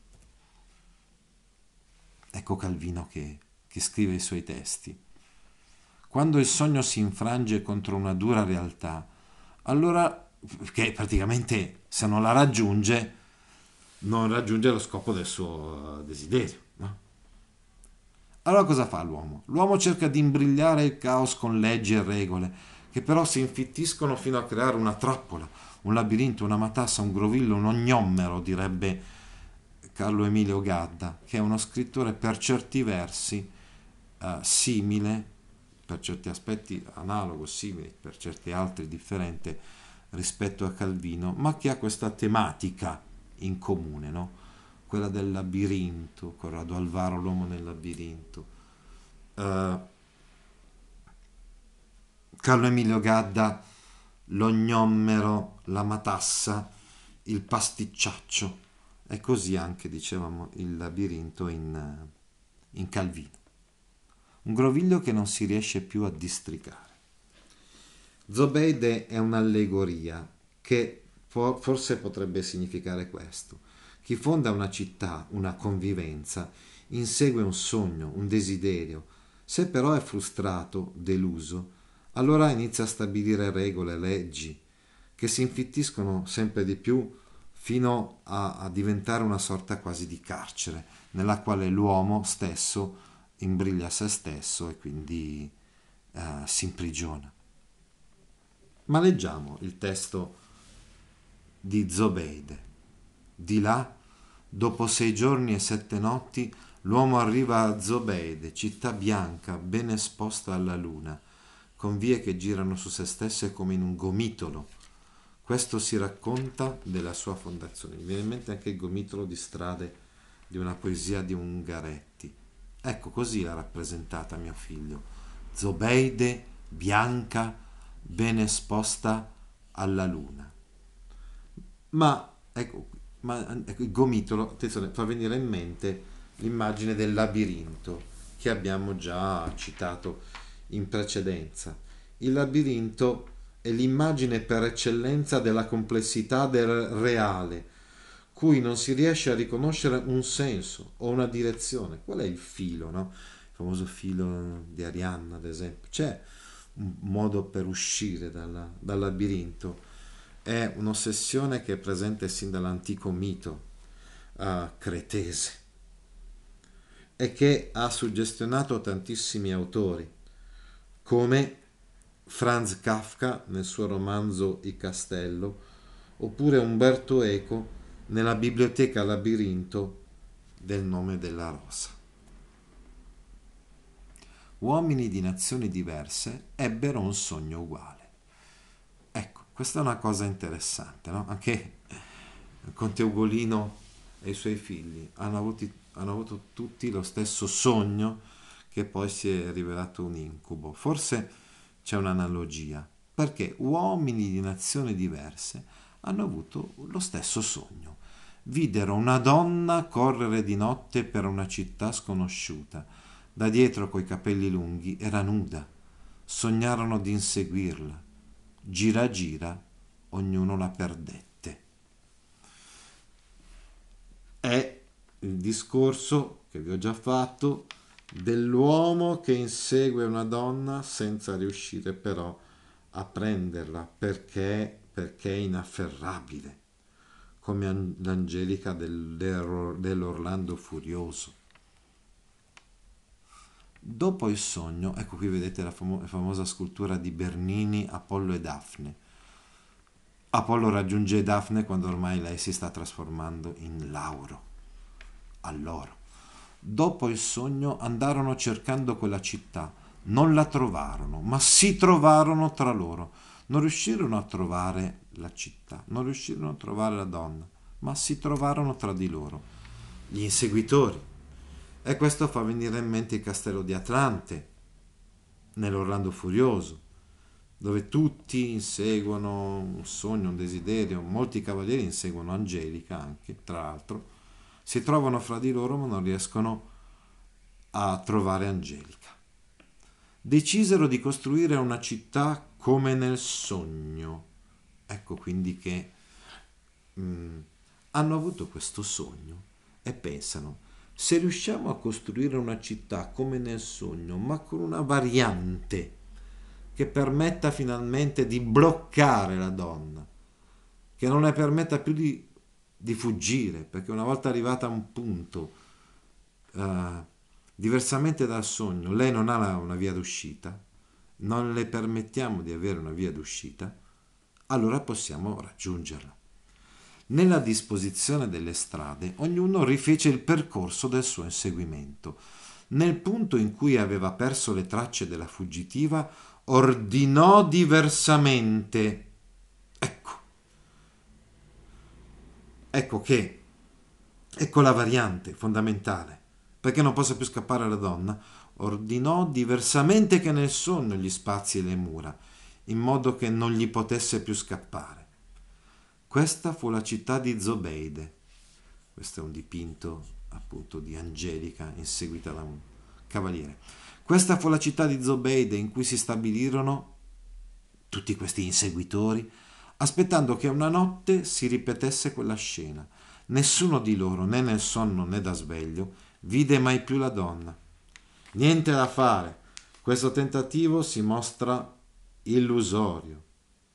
Ecco Calvino che, che scrive i suoi testi. Quando il sogno si infrange contro una dura realtà, allora, che praticamente se non la raggiunge, non raggiunge lo scopo del suo desiderio, no? Allora cosa fa l'uomo? L'uomo cerca di imbrigliare il caos con leggi e regole, che però si infittiscono fino a creare una trappola, un labirinto, una matassa, un grovillo, un ognommero, direbbe Carlo Emilio Gadda, che è uno scrittore per certi versi eh, simile, per certi aspetti analogo, simile, per certi altri differente rispetto a Calvino, ma che ha questa tematica in comune, no? Quella del labirinto, Corrado Alvaro, L'uomo nel labirinto. Uh, Carlo Emilio Gadda, l'ognommero, la matassa, il pasticciaccio, e così anche, dicevamo, il labirinto in, in Calvino. Un groviglio che non si riesce più a districare. Zobeide è un'allegoria che forse potrebbe significare questo. Chi fonda una città, una convivenza, insegue un sogno, un desiderio. Se però è frustrato, deluso, allora inizia a stabilire regole, leggi, che si infittiscono sempre di più fino a, a diventare una sorta quasi di carcere, nella quale l'uomo stesso imbriglia se stesso e quindi eh, si imprigiona. Ma leggiamo il testo di Zobeide. Di là, dopo sei giorni e sette notti, l'uomo arriva a Zobeide, città bianca, ben esposta alla luna, con vie che girano su se stesse come in un gomitolo, Questo si racconta della sua fondazione. Mi viene in mente anche il gomitolo di strade di una poesia di Ungaretti. Ecco, così l'ha rappresentata mio figlio. Zobeide, bianca, ben esposta alla luna. Ma, ecco, ma ecco, il gomitolo, attenzione, fa venire in mente l'immagine del labirinto che abbiamo già citato in precedenza. Il labirinto è l'immagine per eccellenza della complessità del reale, cui non si riesce a riconoscere un senso o una direzione. Qual è il filo, no? Il famoso filo di Arianna, ad esempio. C'è un modo per uscire dalla, dal labirinto. È un'ossessione che è presente sin dall'antico mito uh, cretese e che ha suggestionato tantissimi autori, come Franz Kafka nel suo romanzo Il Castello, oppure Umberto Eco nella biblioteca Labirinto del Nome della Rosa. Uomini di nazioni diverse ebbero un sogno uguale. Ecco, questa è una cosa interessante, no? Anche Conte Ugolino e i suoi figli hanno, avuti, hanno avuto tutti lo stesso sogno che poi si è rivelato un incubo. Forse c'è un'analogia, perché uomini di nazioni diverse hanno avuto lo stesso sogno. Videro una donna correre di notte per una città sconosciuta. Da dietro, coi capelli lunghi, era nuda. Sognarono di inseguirla. Gira gira, ognuno la perdette. È il discorso che vi ho già fatto dell'uomo che insegue una donna senza riuscire però a prenderla perché, perché è inafferrabile, come l'Angelica del, dell'Orlando Furioso. Dopo il sogno, ecco qui vedete la famo- famosa scultura di Bernini, Apollo e Daphne. Apollo raggiunge Daphne quando ormai lei si sta trasformando in Lauro, all'oro. Dopo il sogno andarono cercando quella città, non la trovarono, ma si trovarono tra loro. Non riuscirono a trovare la città, non riuscirono a trovare la donna, ma si trovarono tra di loro, gli inseguitori. E questo fa venire in mente il castello di Atlante, nell'Orlando Furioso, dove tutti inseguono un sogno, un desiderio, molti cavalieri inseguono Angelica anche, tra l'altro, si trovano fra di loro ma non riescono a trovare Angelica. Decisero di costruire una città come nel sogno. Ecco quindi che mh, hanno avuto questo sogno e pensano: se riusciamo a costruire una città come nel sogno, ma con una variante che permetta finalmente di bloccare la donna, che non le permetta più di, di fuggire, perché una volta arrivata a un punto, uh, diversamente dal sogno, lei non ha una via d'uscita, non le permettiamo di avere una via d'uscita, allora possiamo raggiungerla. Nella disposizione delle strade, ognuno rifece il percorso del suo inseguimento. Nel punto in cui aveva perso le tracce della fuggitiva, ordinò diversamente. Ecco. Ecco che, ecco la variante fondamentale. Perché non possa più scappare la donna, ordinò diversamente che nel sogno gli spazi e le mura, in modo che non gli potesse più scappare. Questa fu la città di Zobeide. Questo è un dipinto appunto di Angelica inseguita da un cavaliere. Questa fu la città di Zobeide in cui si stabilirono tutti questi inseguitori, aspettando che una notte si ripetesse quella scena. Nessuno di loro, né nel sonno né da sveglio, vide mai più la donna. Niente da fare. Questo tentativo si mostra illusorio.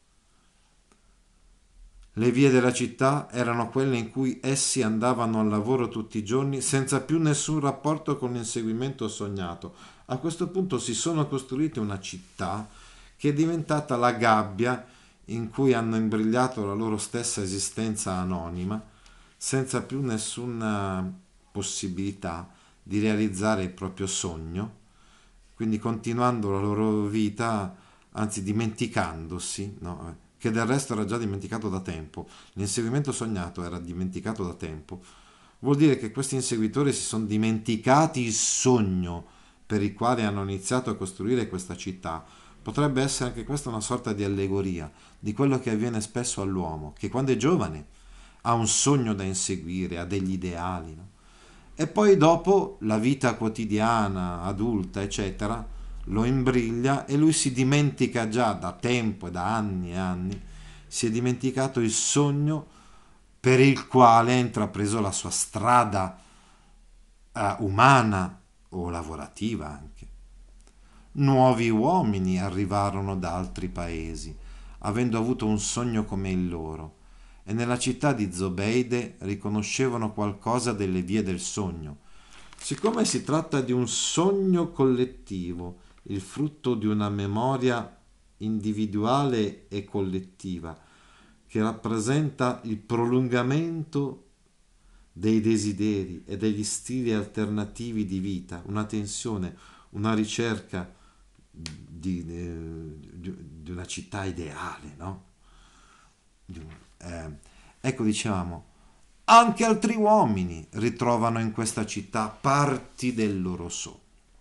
Le vie della città erano quelle in cui essi andavano al lavoro tutti i giorni senza più nessun rapporto con l'inseguimento sognato. A questo punto si sono costruite una città che è diventata la gabbia in cui hanno imbrigliato la loro stessa esistenza anonima, senza più nessuna possibilità di realizzare il proprio sogno, quindi continuando la loro vita, anzi dimenticandosi, no? che del resto era già dimenticato da tempo, l'inseguimento sognato era dimenticato da tempo, vuol dire che questi inseguitori si sono dimenticati il sogno per il quale hanno iniziato a costruire questa città. Potrebbe essere anche questa una sorta di allegoria di quello che avviene spesso all'uomo, che quando è giovane ha un sogno da inseguire, ha degli ideali, no? E poi dopo la vita quotidiana, adulta, eccetera, lo imbriglia e lui si dimentica già da tempo e da anni e anni, si è dimenticato il sogno per il quale ha intrapreso la sua strada eh, umana o lavorativa anche. Nuovi uomini arrivarono da altri paesi, avendo avuto un sogno come il loro, e nella città di Zobeide riconoscevano qualcosa delle vie del sogno. Siccome si tratta di un sogno collettivo, il frutto di una memoria individuale e collettiva, che rappresenta il prolungamento dei desideri e degli stili alternativi di vita, una tensione, una ricerca di, eh, di, di una città ideale, no? Di un- eh, ecco, dicevamo, anche altri uomini ritrovano in questa città parti del loro sogno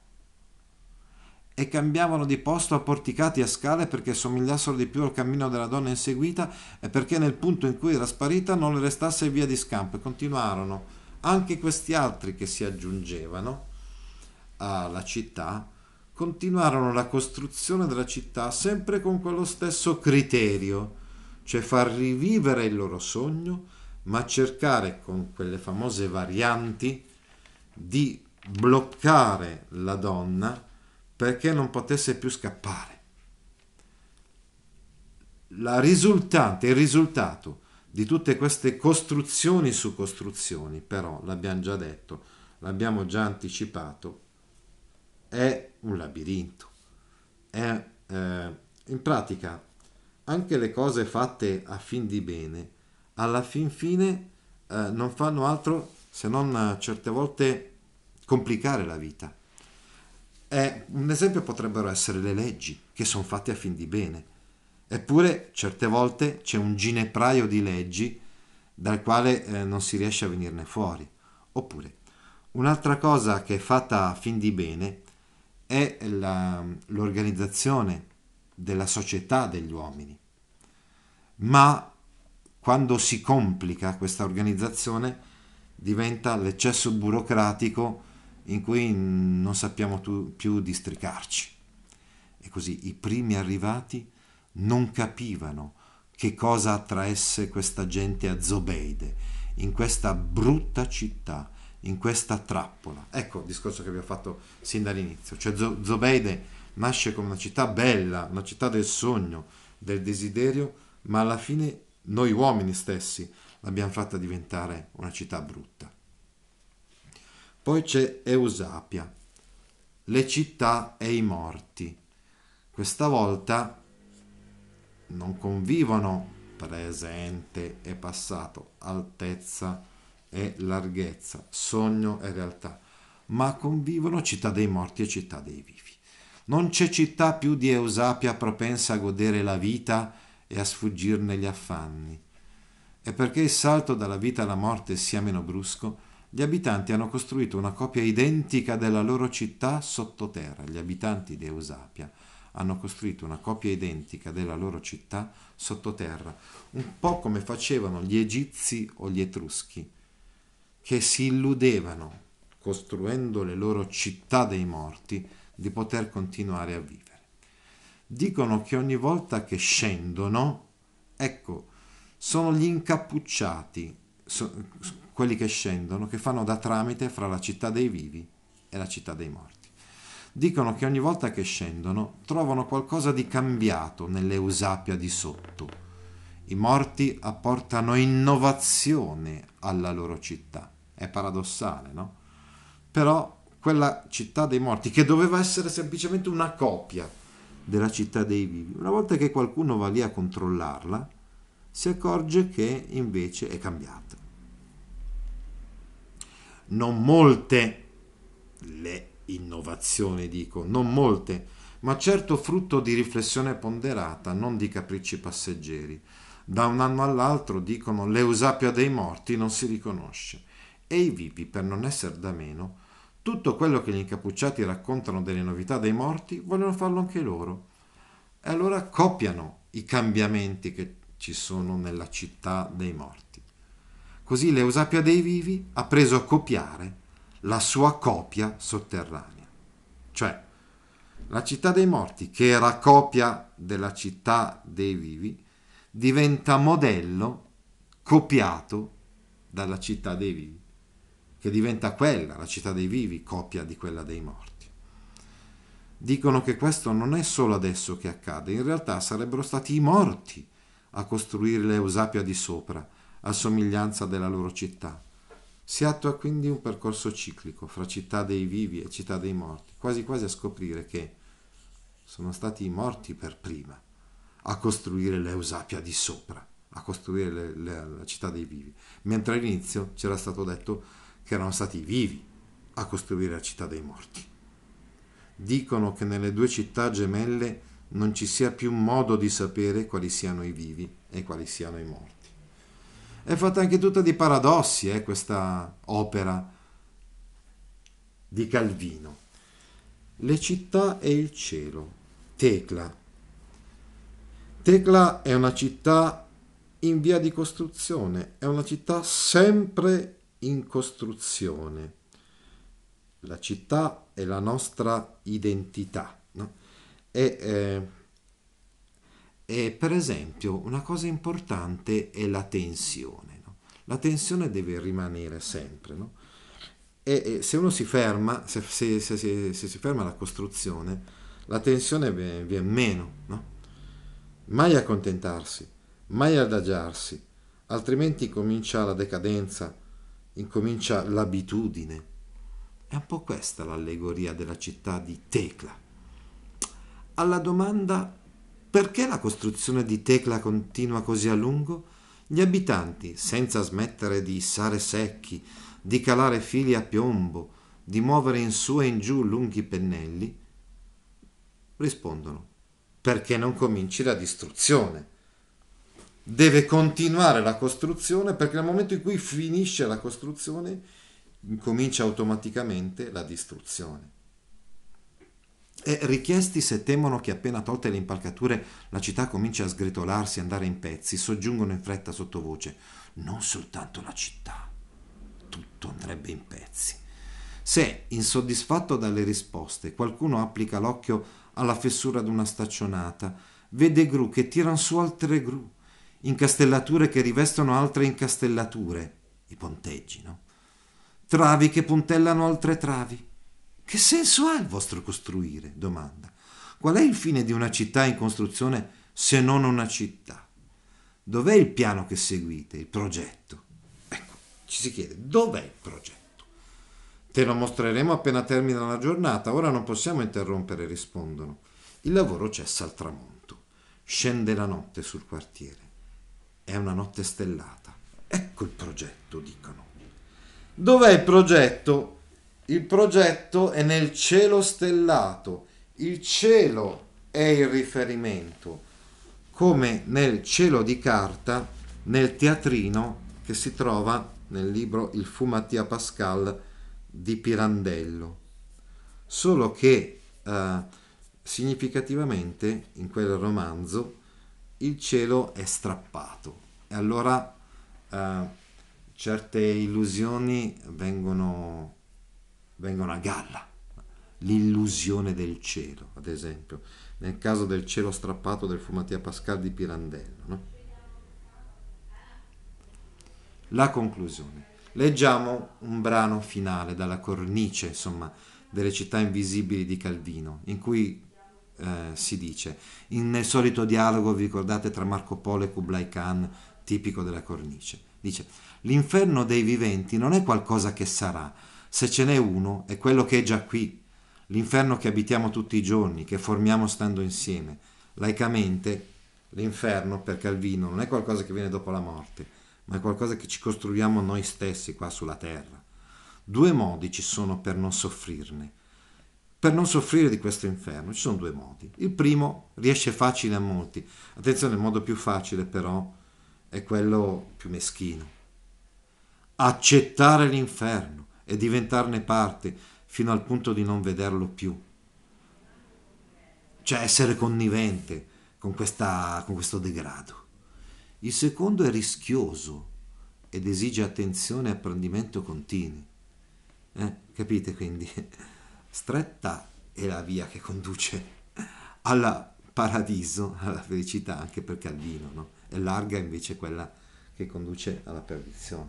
e cambiavano di posto a porticati e a scale perché somigliassero di più al cammino della donna inseguita e perché nel punto in cui era sparita non le restasse via di scampo, e continuarono anche questi altri che si aggiungevano alla città, continuarono la costruzione della città sempre con quello stesso criterio, cioè far rivivere il loro sogno, ma cercare con quelle famose varianti di bloccare la donna perché non potesse più scappare. La risultante, il risultato di tutte queste costruzioni su costruzioni, però, l'abbiamo già detto, l'abbiamo già anticipato, è un labirinto. È, eh, in pratica, anche le cose fatte a fin di bene, alla fin fine eh, non fanno altro se non eh, certe volte complicare la vita. Eh, un esempio potrebbero essere le leggi, che sono fatte a fin di bene. Eppure, certe volte c'è un ginepraio di leggi dal quale eh, non si riesce a venirne fuori. Oppure, un'altra cosa che è fatta a fin di bene è la- l'organizzazione della società degli uomini. Ma quando si complica questa organizzazione diventa l'eccesso burocratico in cui non sappiamo tu- più districarci. E così i primi arrivati non capivano che cosa attraesse questa gente a Zobeide, in questa brutta città, in questa trappola. Ecco il discorso che vi ho fatto sin dall'inizio. Cioè Zobeide nasce come una città bella, una città del sogno, del desiderio, ma alla fine noi uomini stessi l'abbiamo fatta diventare una città brutta. Poi c'è Eusapia, le città e i morti. Questa volta non convivono presente e passato, altezza e larghezza, sogno e realtà, ma convivono città dei morti e città dei vivi. Non c'è città più di Eusapia propensa a godere la vita e a sfuggirne gli affanni. E perché il salto dalla vita alla morte sia meno brusco, gli abitanti hanno costruito una copia identica della loro città sottoterra. Gli abitanti di Eusapia hanno costruito una copia identica della loro città sottoterra, un po' come facevano gli egizi o gli etruschi, che si illudevano, costruendo le loro città dei morti, di poter continuare a vivere. Dicono che ogni volta che scendono, ecco, sono gli incappucciati, so, quelli che scendono, che fanno da tramite fra la città dei vivi e la città dei morti. Dicono che ogni volta che scendono trovano qualcosa di cambiato nell'Eusapia di sotto. I morti apportano innovazione alla loro città. È paradossale, no? Però quella città dei morti, che doveva essere semplicemente una copia della città dei vivi, una volta che qualcuno va lì a controllarla, si accorge che invece è cambiata. Non molte le innovazioni, dico, non molte, ma certo frutto di riflessione ponderata, non di capricci passeggeri. Da un anno all'altro, dicono, l'Eusapia dei morti non si riconosce, e i vivi, per non essere da meno, tutto quello che gli incappucciati raccontano delle novità dei morti, vogliono farlo anche loro. E allora copiano i cambiamenti che ci sono nella città dei morti. Così l'Eusapia dei vivi ha preso a copiare la sua copia sotterranea. Cioè, la città dei morti, che era copia della città dei vivi, diventa modello copiato dalla città dei vivi, che diventa quella, la città dei vivi, copia di quella dei morti. Dicono che questo non è solo adesso che accade, in realtà sarebbero stati i morti a costruire l'Eusapia di sopra, a somiglianza della loro città. Si attua quindi un percorso ciclico fra città dei vivi e città dei morti, quasi quasi a scoprire che sono stati i morti per prima a costruire l'Eusapia di sopra, a costruire le, le, la città dei vivi, mentre all'inizio c'era stato detto che erano stati i vivi a costruire la città dei morti. Dicono che nelle due città gemelle non ci sia più modo di sapere quali siano i vivi e quali siano i morti. È fatta anche tutta di paradossi, eh, questa opera di Calvino. Le città e il cielo. Tecla. Tecla è una città in via di costruzione, è una città sempre in costruzione. La città è la nostra identità, no? E, eh, e per esempio una cosa importante è la tensione, no? La tensione deve rimanere sempre, no? E, e se uno si ferma, se, se, se, se, se si ferma la costruzione, la tensione viene, viene meno, no? Mai accontentarsi, mai adagiarsi, altrimenti comincia la decadenza, incomincia l'abitudine. È un po' questa l'allegoria della città di Tecla. Alla domanda perché la costruzione di Tecla continua così a lungo, gli abitanti, senza smettere di issare secchi, di calare fili a piombo, di muovere in su e in giù lunghi pennelli, rispondono: perché non cominci la distruzione. Deve continuare la costruzione, perché nel momento in cui finisce la costruzione comincia automaticamente la distruzione. E richiesti se temono che appena tolte le impalcature la città cominci a sgretolarsi e andare in pezzi, soggiungono in fretta sottovoce: non soltanto la città, tutto andrebbe in pezzi. Se, insoddisfatto dalle risposte, qualcuno applica l'occhio alla fessura d'una staccionata, vede gru che tirano su altre gru, incastellature che rivestono altre incastellature, i ponteggi, no? Travi che puntellano altre travi. Che senso ha il vostro costruire? Domanda. Qual è il fine di una città in costruzione se non una città? Dov'è il piano che seguite, il progetto? Ecco, ci si chiede, dov'è il progetto? Te lo mostreremo appena termina la giornata, ora non possiamo interrompere, rispondono. Il lavoro cessa al tramonto. Scende la notte sul quartiere. È una notte stellata. Ecco il progetto, dicono. Dov'è il progetto? Il progetto è nel cielo stellato. Il cielo è il riferimento, come nel cielo di carta, nel teatrino che si trova nel libro Il Fu Mattia Pascal di Pirandello. Solo che eh, significativamente in quel romanzo il cielo è strappato e allora eh, certe illusioni vengono, vengono a galla. L'illusione del cielo, ad esempio, nel caso del cielo strappato del Fu Mattia Pascal di Pirandello, no? La conclusione. Leggiamo un brano finale dalla cornice, insomma, delle città invisibili di Calvino, in cui eh, si dice, in, nel solito dialogo, vi ricordate, tra Marco Polo e Kublai Khan, tipico della cornice, dice: l'inferno dei viventi non è qualcosa che sarà, se ce n'è uno è quello che è già qui, l'inferno che abitiamo tutti i giorni, che formiamo stando insieme. Laicamente, l'inferno per Calvino non è qualcosa che viene dopo la morte, ma è qualcosa che ci costruiamo noi stessi qua sulla terra. Due modi ci sono per non soffrirne. per non soffrire di questo inferno. Ci sono due modi. Il primo riesce facile a molti. Attenzione, il modo più facile però è quello più meschino. Accettare l'inferno e diventarne parte fino al punto di non vederlo più. Cioè essere connivente con, questa, con questo degrado. Il secondo è rischioso ed esige attenzione e apprendimento continui. Eh, capite quindi? Stretta è la via che conduce al paradiso, alla felicità, anche per Calvino, no? E larga invece quella che conduce alla perdizione.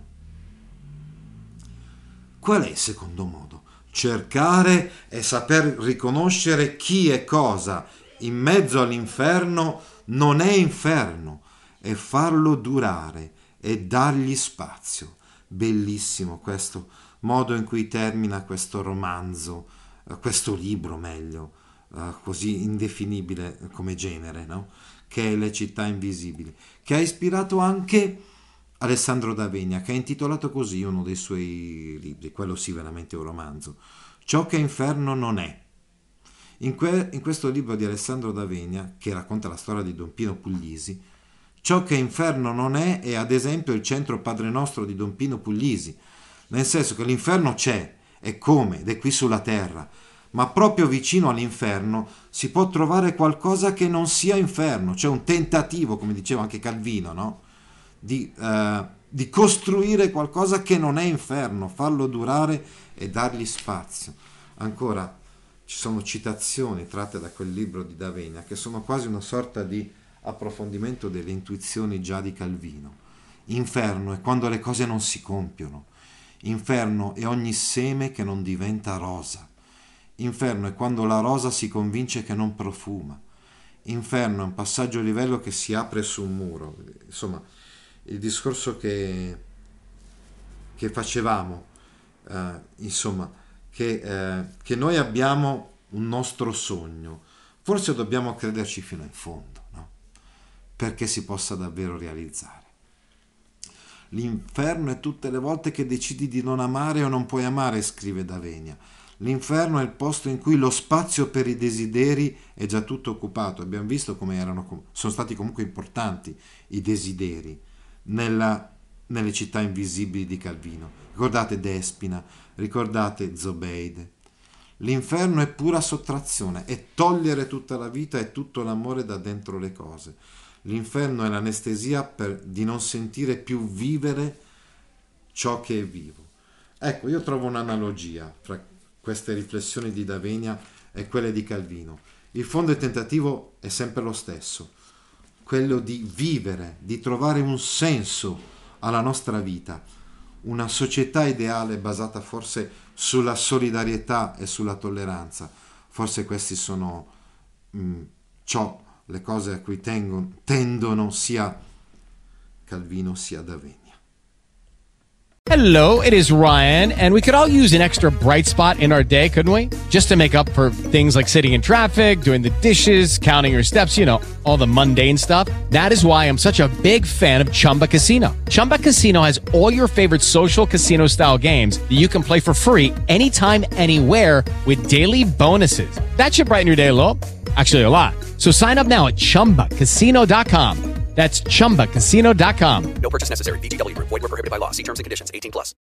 Qual è il secondo modo? Cercare e saper riconoscere chi e cosa in mezzo all'inferno non è inferno e farlo durare e dargli spazio. Bellissimo questo modo in cui termina questo romanzo, questo libro meglio, così indefinibile come genere, no? Che è Le città invisibili, che ha ispirato anche Alessandro d'Avegna, che ha intitolato così uno dei suoi libri, quello sì veramente un romanzo, Ciò che inferno non è. In, que- in questo libro di Alessandro d'Avegna, che racconta la storia di Don Pino Puglisi, ciò che inferno non è è ad esempio il centro Padre Nostro di Don Pino Puglisi, nel senso che l'inferno c'è, è come, ed è qui sulla terra, ma proprio vicino all'inferno si può trovare qualcosa che non sia inferno, cioè un tentativo, come diceva anche Calvino, no? Di, eh, di costruire qualcosa che non è inferno, farlo durare e dargli spazio. Ancora, ci sono citazioni tratte da quel libro di d'Avegna che sono quasi una sorta di approfondimento delle intuizioni già di Calvino. Inferno è quando le cose non si compiono. Inferno è ogni seme che non diventa rosa. Inferno è quando la rosa si convince che non profuma. Inferno è un passaggio a livello che si apre su un muro. Insomma, il discorso che, che facevamo, eh, insomma, che, eh, che noi abbiamo un nostro sogno. Forse dobbiamo crederci fino in fondo, no? Perché si possa davvero realizzare. L'inferno è tutte le volte che decidi di non amare o non puoi amare, scrive d'Avegna. L'inferno è il posto in cui lo spazio per i desideri è già tutto occupato. Abbiamo visto come erano, sono stati comunque importanti i desideri nella, nelle città invisibili di Calvino. Ricordate Despina, ricordate Zobeide. L'inferno è pura sottrazione, è togliere tutta la vita e tutto l'amore da dentro le cose. L'inferno è l'anestesia per, di non sentire più vivere ciò che è vivo. Ecco, io trovo un'analogia fra queste riflessioni di d'Avegna e quelle di Calvino. Il fondo e tentativo è sempre lo stesso, quello di vivere, di trovare un senso alla nostra vita, una società ideale basata forse sulla solidarietà e sulla tolleranza. Forse questi sono mh, ciò, le cose a cui tengono, tendono sia Calvino sia d'Avegna. Hello, it is Ryan, and we could all use an extra bright spot in our day, couldn't we? Just to make up for things like sitting in traffic, doing the dishes, counting your steps, you know, all the mundane stuff. That is why I'm such a big fan of Chumba Casino. Chumba Casino has all your favorite social casino-style games that you can play for free anytime, anywhere with daily bonuses. That should brighten your day a little. Actually, a lot. So sign up now at chumba casino dot com. That's chumba casino dot com. No purchase necessary. V G W Group. Void where prohibited by law. See terms and conditions. eighteen plus.